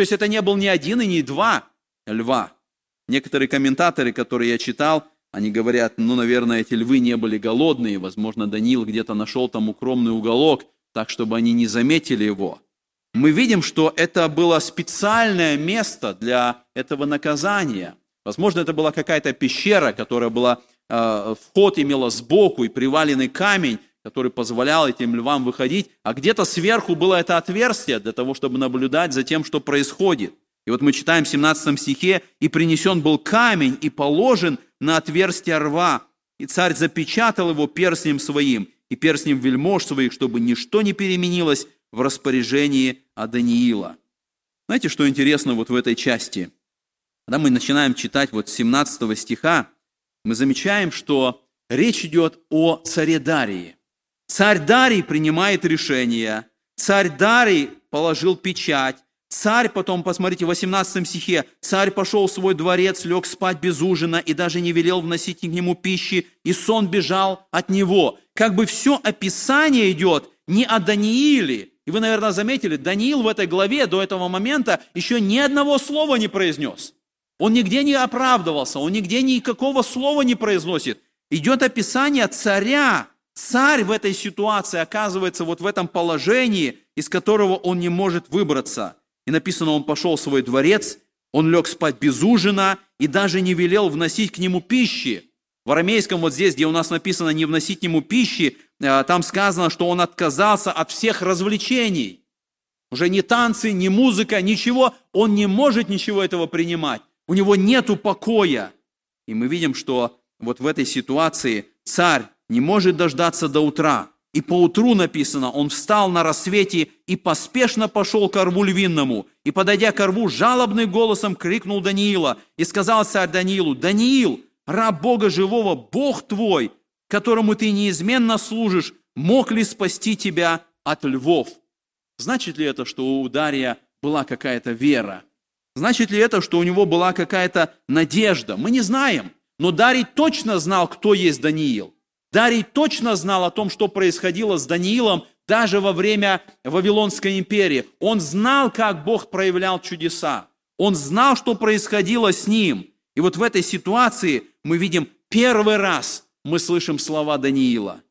То есть это не был ни один и не два льва. Некоторые комментаторы, которые я читал, они говорят, ну, наверное, эти львы не были голодные, возможно, Даниил где-то нашел там укромный уголок, так, чтобы они не заметили его. Мы видим, что это было специальное место для этого наказания. Возможно, это была какая-то пещера, которая была, э, вход имела сбоку и приваленный камень, который позволял этим львам выходить, а где-то сверху было это отверстие для того, чтобы наблюдать за тем, что происходит. И вот мы читаем в семнадцатом стихе, «И принесен был камень, и положен на отверстие рва, и царь запечатал его перстнем своим, и перстнем вельмож своих, чтобы ничто не переменилось в распоряжении Даниила». Знаете, что интересно вот в этой части? Когда мы начинаем читать вот с семнадцатого стиха, мы замечаем, что речь идет о царе Дарии. Царь Дарий принимает решение, царь Дарий положил печать, царь потом, посмотрите, в восемнадцатом стихе, царь пошел в свой дворец, лег спать без ужина и даже не велел вносить к нему пищи, и сон бежал от него. Как бы все описание идет не о Данииле. И вы, наверное, заметили, Даниил в этой главе до этого момента еще ни одного слова не произнес. Он нигде не оправдывался, он нигде никакого слова не произносит. Идет описание царя. Царь в этой ситуации оказывается вот в этом положении, из которого он не может выбраться. И написано, он пошел в свой дворец, он лег спать без ужина и даже не велел вносить к нему пищи. В арамейском вот здесь, где у нас написано «не вносить к нему пищи», там сказано, что он отказался от всех развлечений. Уже ни танцы, ни музыка, ничего, он не может ничего этого принимать. У него нету покоя. И мы видим, что вот в этой ситуации царь не может дождаться до утра. И поутру написано, он встал на рассвете и поспешно пошел к рву львиному. И, подойдя к рву, жалобным голосом крикнул Даниила. И сказал царь Даниилу: «Даниил, раб Бога живого, Бог твой, которому ты неизменно служишь, мог ли спасти тебя от львов?» Значит ли это, что у Дария была какая-то вера? Значит ли это, что у него была какая-то надежда? Мы не знаем. Но Дарий точно знал, кто есть Даниил. Дарий точно знал о том, что происходило с Даниилом даже во время Вавилонской империи. Он знал, как Бог проявлял чудеса. Он знал, что происходило с ним. И вот в этой ситуации мы видим первый раз, мы слышим слова Даниила.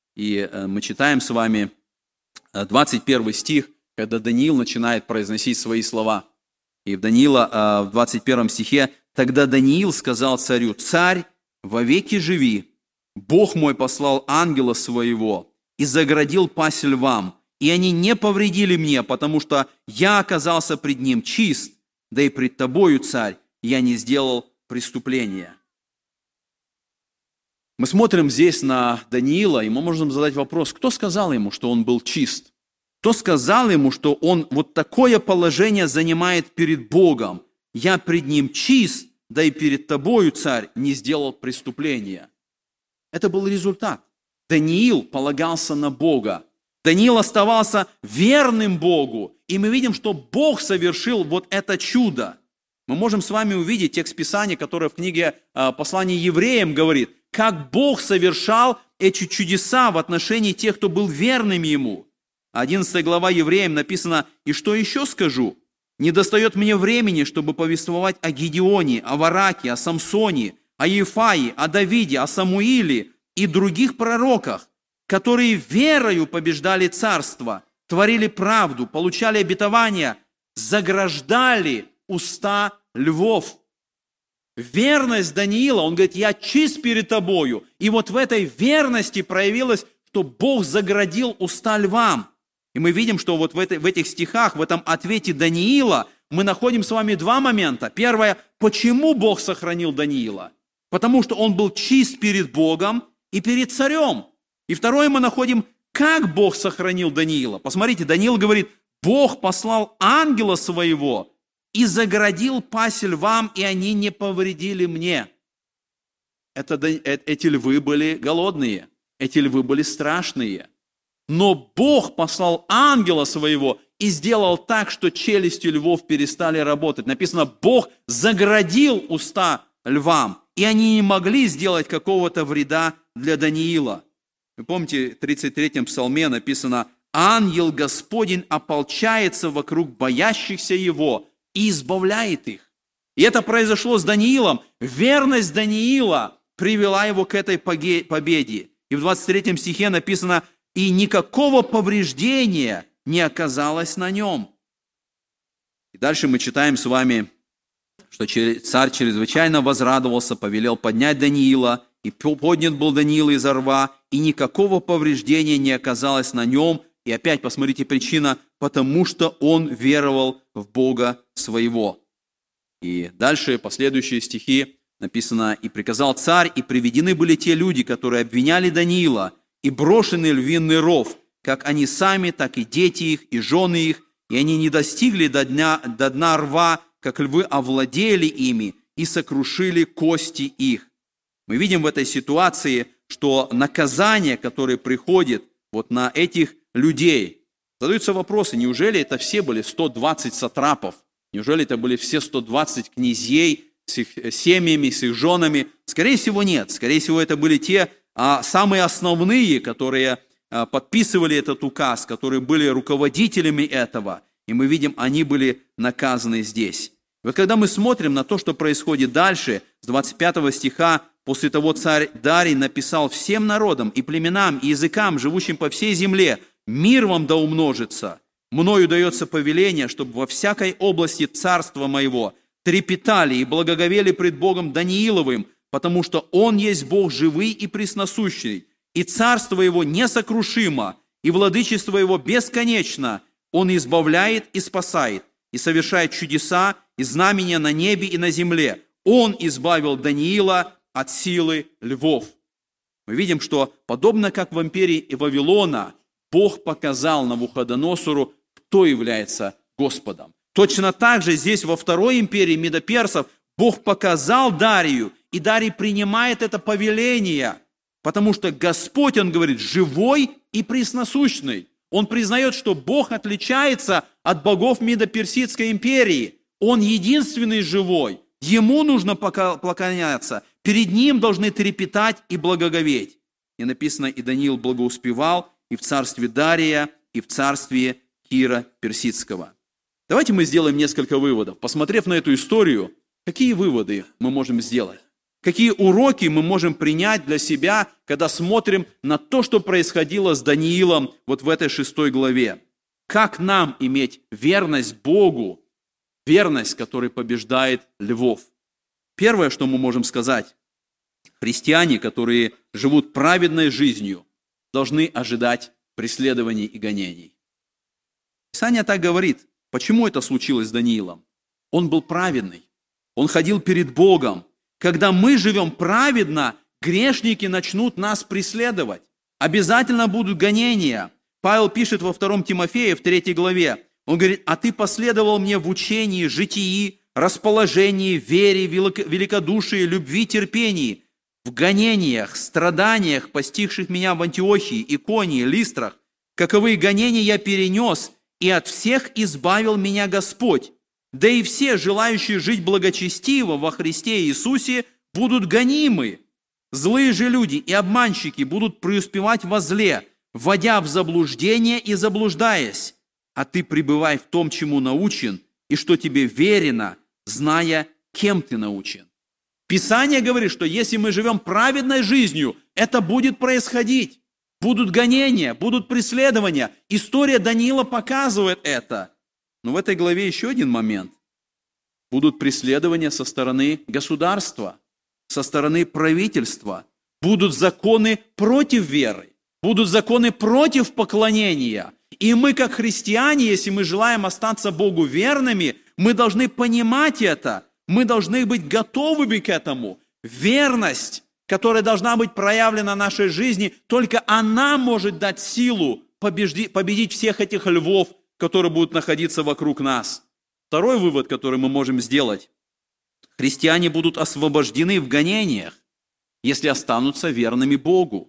И мы читаем с вами двадцать первый стих, когда Даниил начинает произносить свои слова. И в Даниила в двадцать первом стихе: «Тогда Даниил сказал царю: царь, вовеки живи. Бог мой послал ангела своего и заградил пасть львам, и они не повредили мне, потому что я оказался пред ним чист, да и пред тобою, царь, я не сделал преступления». Мы смотрим здесь на Даниила, и мы можем задать вопрос: кто сказал ему, что он был чист? Кто сказал ему, что он вот такое положение занимает перед Богом? «Я пред ним чист, да и перед тобою, царь, не сделал преступления». Это был результат. Даниил полагался на Бога. Даниил оставался верным Богу. И мы видим, что Бог совершил вот это чудо. Мы можем с вами увидеть текст Писания, который в книге послания евреям говорит, как Бог совершал эти чудеса в отношении тех, кто был верным Ему. одиннадцатая глава Евреям написано: «И что еще скажу? Не достает мне времени, чтобы повествовать о Гедеоне, о Вараке, о Самсоне, о Ефае, о Давиде, о Самуиле и других пророках, которые верою побеждали царство, творили правду, получали обетования, заграждали уста львов». Верность Даниила, он говорит: «Я чист перед тобою». И вот в этой верности проявилось, что Бог заградил уста львам. И мы видим, что вот в, этой, в этих стихах, в этом ответе Даниила мы находим с вами два момента. Первое: почему Бог сохранил Даниила? Потому что он был чист перед Богом и перед царем. И второе, мы находим, как Бог сохранил Даниила. Посмотрите, Даниил говорит: «Бог послал ангела своего и заградил пасть львам, и они не повредили мне». Это, эти львы были голодные, эти львы были страшные. Но Бог послал ангела своего и сделал так, что челюсти львов перестали работать. Написано, Бог заградил уста львам, и они не могли сделать какого-то вреда для Даниила. Вы помните, в тридцать третьем псалме написано: «Ангел Господень ополчается вокруг боящихся Его, и избавляет их. И это произошло с Даниилом. Верность Даниила привела его к этой победе. И в двадцать третьем стихе написано: «И никакого повреждения не оказалось на нем». И дальше мы читаем с вами, что царь чрезвычайно возрадовался, повелел поднять Даниила, и поднят был Даниил из рва, и никакого повреждения не оказалось на нем. И опять посмотрите причина: потому что он веровал в Бога своего. И дальше последующие стихи написано: «И приказал царь, и приведены были те люди, которые обвиняли Даниила, и брошены в львиный ров, как они сами, так и дети их, и жены их, и они не достигли до дна, до дна рва, как львы овладели ими и сокрушили кости их». Мы видим в этой ситуации, что наказание, которое приходит вот на этих людей, задаются вопросы: неужели это все были сто двадцать сатрапов? Неужели это были все сто двадцать князей с их семьями, с их женами? Скорее всего, нет. Скорее всего, это были те а, самые основные, которые а, подписывали этот указ, которые были руководителями этого. И мы видим, они были наказаны здесь. И вот когда мы смотрим на то, что происходит дальше, с двадцать пятого стиха: «После того царь Дарий написал всем народам и племенам, и языкам, живущим по всей земле: мир вам да умножится. Мною дается повеление, чтобы во всякой области царства моего трепетали и благоговели пред Богом Данииловым, потому что Он есть Бог живый и пресносущий, и царство Его несокрушимо, и владычество Его бесконечно. Он избавляет и спасает, и совершает чудеса и знамения на небе и на земле. Он избавил Даниила от силы львов». Мы видим, что подобно как в империи Вавилона, Бог показал Навуходоносору, кто является Господом. Точно так же здесь, во второй империи Медоперсов, Бог показал Дарию, и Дарий принимает это повеление, потому что Господь, Он говорит, живой и пресносущный. Он признает, что Бог отличается от богов Медоперсидской империи. Он единственный живой. Ему нужно поклоняться. Перед Ним должны трепетать и благоговеть. И написано: «И Даниил благоуспевал и в царстве Дария, и в царстве Кира Персидского». Давайте мы сделаем несколько выводов. Посмотрев на эту историю, какие выводы мы можем сделать? Какие уроки мы можем принять для себя, когда смотрим на то, что происходило с Даниилом вот в этой шестой главе? Как нам иметь верность Богу, верность, которая побеждает львов? Первое, что мы можем сказать: христиане, которые живут праведной жизнью, должны ожидать преследований и гонений. Писание так говорит. Почему это случилось с Даниилом? Он был праведный. Он ходил перед Богом. Когда мы живем праведно, грешники начнут нас преследовать. Обязательно будут гонения. Павел пишет во втором Тимофея, в третьей главе. Он говорит: «А ты последовал мне в учении, житии, расположении, вере, великодушии, любви, терпении, в гонениях, страданиях, постигших меня в Антиохии, Иконии, Листрах. Каковые гонения я перенес, и от всех избавил меня Господь. Да и все, желающие жить благочестиво во Христе Иисусе, будут гонимы. Злые же люди и обманщики будут преуспевать во зле, вводя в заблуждение и заблуждаясь. А ты пребывай в том, чему научен, и что тебе верено, зная, кем ты научен». Писание говорит, что если мы живем праведной жизнью, это будет происходить. Будут гонения, будут преследования. История Даниила показывает это. Но в этой главе еще один момент. Будут преследования со стороны государства, со стороны правительства. Будут законы против веры, будут законы против поклонения. И мы, как христиане, если мы желаем остаться Богу верными, мы должны понимать это. Мы должны быть готовыми к этому. Верность, которая должна быть проявлена в нашей жизни, только она может дать силу побежди, победить всех этих львов, которые будут находиться вокруг нас. Второй вывод, который мы можем сделать. Христиане будут освобождены в гонениях, если останутся верными Богу.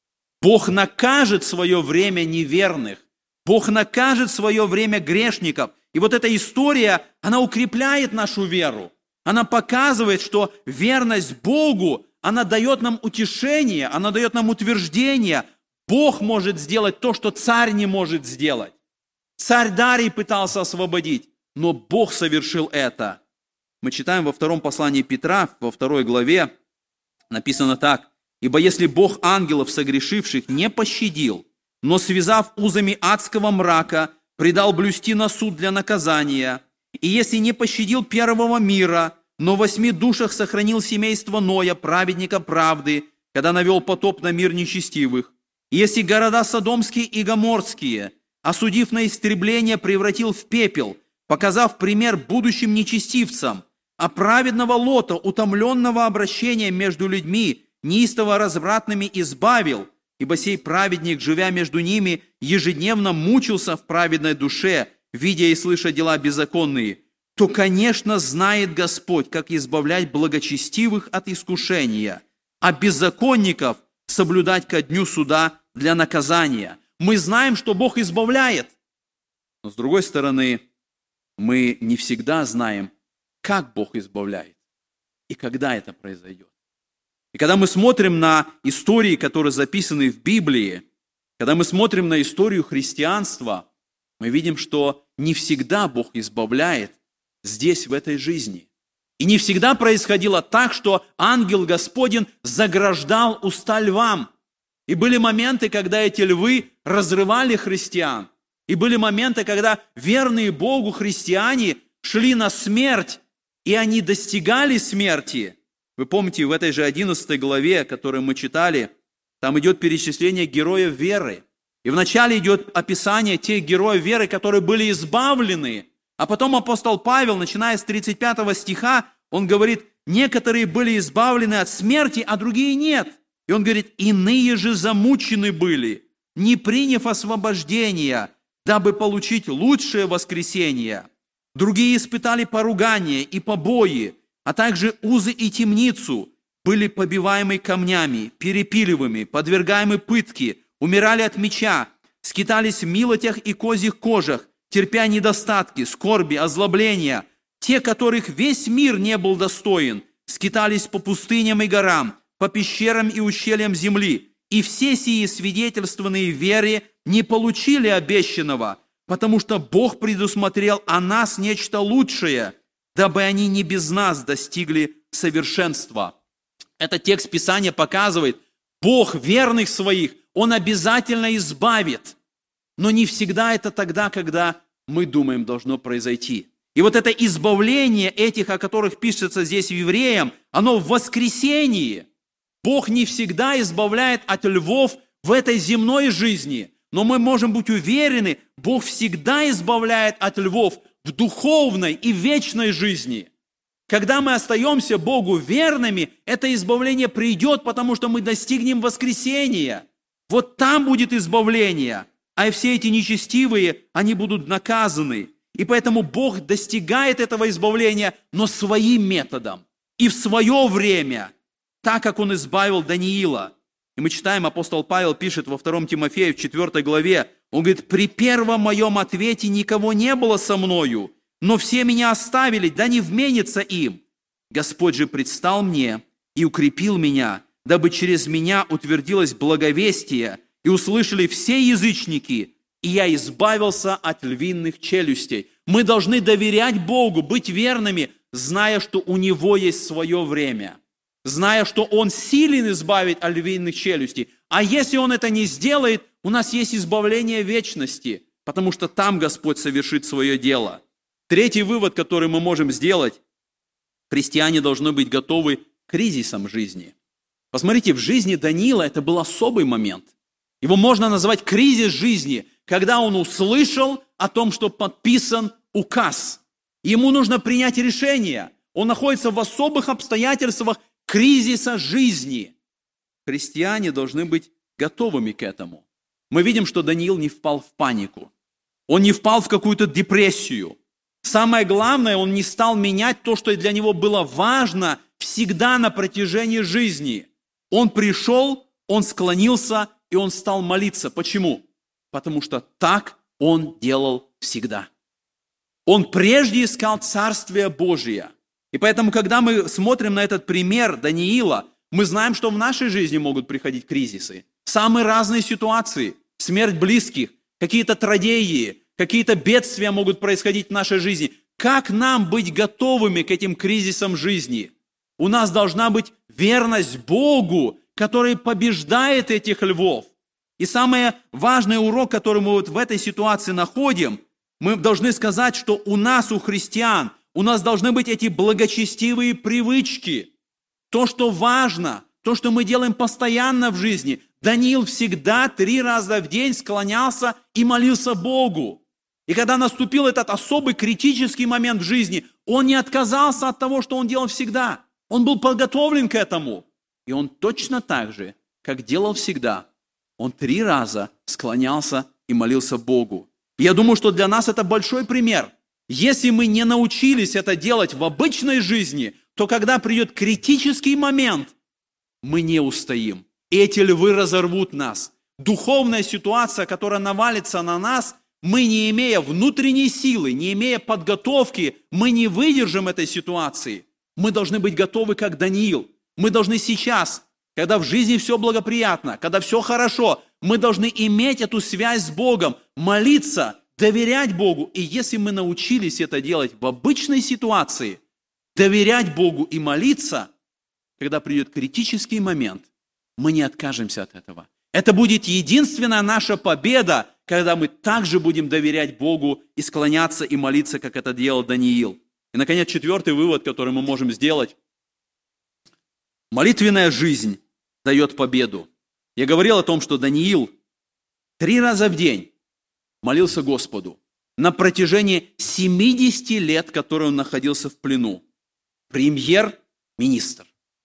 Бог накажет в свое время неверных. Бог накажет в свое время грешников. И вот эта история, она укрепляет нашу веру. Она показывает, что верность Богу, она дает нам утешение, она дает нам утверждение. Бог может сделать то, что царь не может сделать. Царь Дарий пытался освободить. но Бог совершил это. Мы читаем во втором послании Петра, во второй главе, написано так. «Ибо если Бог ангелов согрешивших не пощадил, но, связав узами адского мрака, предал блюсти на суд для наказания, и если не пощадил первого мира, но в восьми душах сохранил семейство Ноя, праведника правды, когда навел потоп на мир нечестивых, и если города Содомские и Гоморские, осудив на истребление, превратил в пепел, показав пример будущим нечестивцам, а праведного Лота, утомленного обращением между людьми, неистово развратными избавил, ибо сей праведник, живя между ними, ежедневно мучился в праведной душе, видя и слыша дела беззаконные, то, конечно, знает Господь, как избавлять благочестивых от искушения, а беззаконников соблюдать ко дню суда для наказания». Мы знаем, что Бог избавляет, но с другой стороны, мы не всегда знаем, как Бог избавляет и когда это произойдет. И когда мы смотрим на истории, которые записаны в Библии, когда мы смотрим на историю христианства, мы видим, что не всегда Бог избавляет здесь, в этой жизни. И не всегда происходило так, что ангел Господень заграждал уста львам. И были моменты, когда эти львы разрывали христиан. И были моменты, когда верные Богу христиане шли на смерть, и они достигали смерти. Вы помните, в этой же одиннадцатой главе, которую мы читали, там идет перечисление героев веры. И вначале идет описание тех героев веры, которые были избавлены. А потом апостол Павел, начиная с тридцать пятого стиха, он говорит, некоторые были избавлены от смерти, а другие нет. И он говорит, иные же замучены были, не приняв освобождения, дабы получить лучшее воскресение. Другие испытали поругание и побои, а также узы и темницу, были побиваемы камнями, перепиливаемы, подвергаемы пытке, умирали от меча, скитались в милотях и козьих кожах, терпя недостатки, скорби, озлобления. Те, которых весь мир не был достоин, скитались по пустыням и горам, по пещерам и ущельям земли. И все сии, свидетельствованные в вере, не получили обещанного, потому что Бог предусмотрел о нас нечто лучшее, дабы они не без нас достигли совершенства. Этот текст Писания показывает, Бог верных своих, Он обязательно избавит. Но не всегда это тогда, когда мы думаем, должно произойти. И вот это избавление этих, о которых пишется здесь в Евреям, оно в воскресении. Бог не всегда избавляет от львов в этой земной жизни, но мы можем быть уверены, Бог всегда избавляет от львов в духовной и вечной жизни. Когда мы остаемся Богу верными, это избавление придет, потому что мы достигнем воскресения. Вот там будет избавление, а все эти нечестивые, они будут наказаны. И поэтому Бог достигает этого избавления, но своим методом и в свое время, так как Он избавил Даниила. И мы читаем, апостол Павел пишет во втором Тимофею, в четвёртой главе, он говорит, «При первом моем ответе никого не было со мною, но все меня оставили, да не вменится им. Господь же предстал мне и укрепил меня, дабы через меня утвердилось благовестие, и услышали все язычники, и я избавился от львиных челюстей». Мы должны доверять Богу, быть верными, зная, что у Него есть свое время, зная, что Он силен избавить от львиных челюстей. А если Он это не сделает, у нас есть избавление вечности, потому что там Господь совершит свое дело. Третий вывод, который мы можем сделать, христиане должны быть готовы к кризисам жизни. Посмотрите, в жизни Даниила это был особый момент. Его можно назвать кризис жизни, когда он услышал о том, что подписан указ. Ему нужно принять решение. Он находится в особых обстоятельствах кризиса жизни. Христиане должны быть готовыми к этому. Мы видим, что Даниил не впал в панику. Он не впал в какую-то депрессию. Самое главное, он не стал менять то, что для него было важно всегда на протяжении жизни. Он пришел, он склонился, и он стал молиться. Почему? Потому что так он делал всегда. Он прежде искал Царствие Божие. И поэтому, когда мы смотрим на этот пример Даниила, мы знаем, что в нашей жизни могут приходить кризисы. Самые разные ситуации. Смерть близких, какие-то трагедии, какие-то бедствия могут происходить в нашей жизни. как нам быть готовыми к этим кризисам жизни? У нас должна быть верность Богу, который побеждает этих львов. И самый важный урок, который мы вот в этой ситуации находим, мы должны сказать, что у нас, у христиан, у нас должны быть эти благочестивые привычки. То, что важно, то, что мы делаем постоянно в жизни. Даниил всегда три раза в день склонялся и молился Богу. И когда наступил этот особый критический момент в жизни, он не отказался от того, что он делал всегда. Он был подготовлен к этому. И он точно так же, как делал всегда, он три раза склонялся и молился Богу. И я думаю, что для нас это большой пример. Если мы не научились это делать в обычной жизни, то когда придет критический момент, мы не устоим. И эти львы разорвут нас. Духовная ситуация, которая навалится на нас, мы, не имея внутренней силы, не имея подготовки, мы не выдержим этой ситуации. Мы должны быть готовы, как Даниил. Мы должны сейчас, когда в жизни все благоприятно, когда все хорошо, мы должны иметь эту связь с Богом, молиться, доверять Богу. И если мы научились это делать в обычной ситуации, доверять Богу и молиться, когда придет критический момент, мы не откажемся от этого. Это будет единственная наша победа, когда мы также будем доверять Богу и склоняться и молиться, как это делал Даниил. И, наконец, четвертый вывод, который мы можем сделать. Молитвенная жизнь дает победу. Я говорил о том, что Даниил три раза в день молился Господу на протяжении семидесяти лет, которые он находился в плену. Премьер-министр.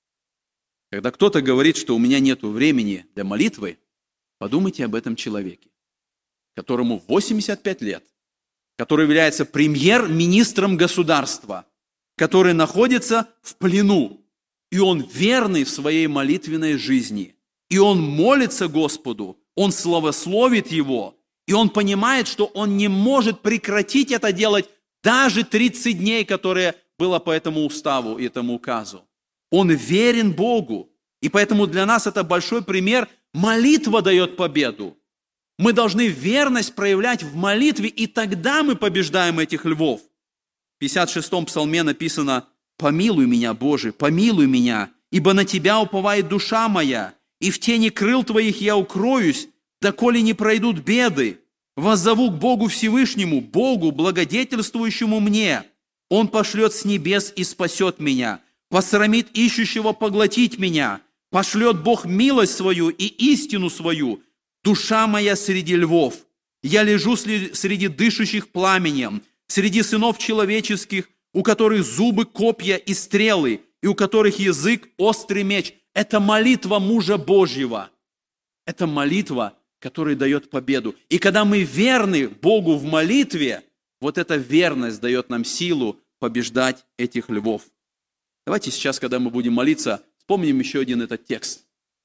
Когда кто-то говорит, что у меня нет времени для молитвы, подумайте об этом человеке, которому восемьдесят пять лет, который является премьер-министром государства, который находится в плену, и он верный в своей молитвенной жизни, и он молится Господу, он славословит Его, и он понимает, что он не может прекратить это делать даже тридцать дней, которые было по этому уставу и этому указу. Он верен Богу, и поэтому для нас это большой пример. Молитва дает победу. Мы должны верность проявлять в молитве, и тогда мы побеждаем этих львов. В пятьдесят шестом псалме написано: «Помилуй меня, Боже, помилуй меня, ибо на Тебя уповает душа моя, и в тени крыл Твоих я укроюсь, доколе не пройдут беды. Воззову к Богу Всевышнему, Богу, благодетельствующему мне. Он пошлет с небес и спасет меня, посрамит ищущего поглотить меня, пошлет Бог милость свою и истину свою. Душа моя среди львов, я лежу среди дышащих пламенем, среди сынов человеческих, у которых зубы, копья и стрелы, и у которых язык острый меч». Это молитва мужа Божьего. Это молитва, которая дает победу. И когда мы верны Богу в молитве, вот эта верность дает нам силу побеждать этих львов. Давайте сейчас, когда мы будем молиться, вспомним еще один этот текст.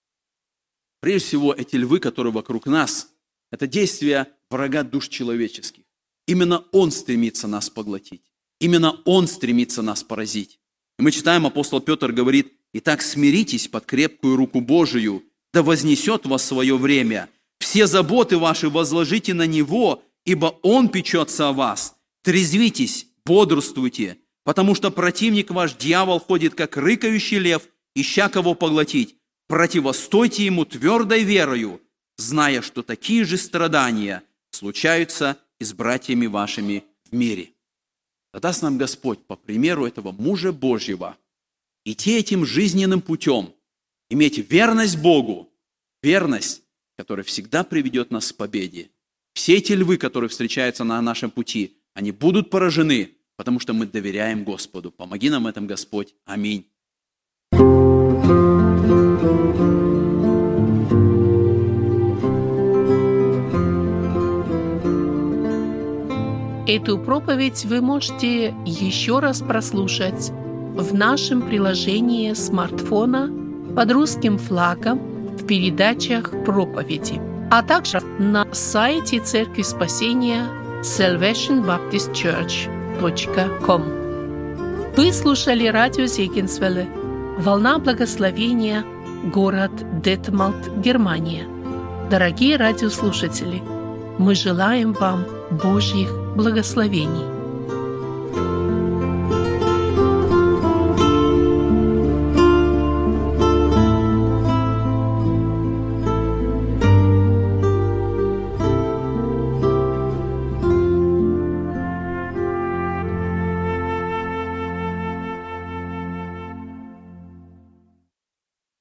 Прежде всего, эти львы, которые вокруг нас, это действия врага душ человеческих. Именно он стремится нас поглотить. Именно он стремится нас поразить. И мы читаем, апостол Петр говорит: «Итак, смиритесь под крепкую руку Божию, да вознесет вас свое время. Все заботы ваши возложите на Него, ибо Он печется о вас. Трезвитесь, бодрствуйте, потому что противник ваш, дьявол, ходит, как рыкающий лев, ища кого поглотить. Противостойте ему твердой верою, зная, что такие же страдания случаются и с братьями вашими в мире». Да даст нам Господь, по примеру этого мужа Божьего, идти этим жизненным путем, иметь верность Богу, верность, которая всегда приведет нас к победе. Все эти львы, которые встречаются на нашем пути, они будут поражены, потому что мы доверяем Господу. Помоги нам в этом, Господь. Аминь. Эту проповедь вы можете еще раз прослушать в нашем приложении смартфона под русским флагом в передачах проповеди, а также на сайте Церкви Спасения salvation baptist church точка ком. Вы слушали радио Зегенсвелле, «Волна благословения», город Детмалт, Германия. Дорогие радиослушатели, мы желаем вам Божьих благословений.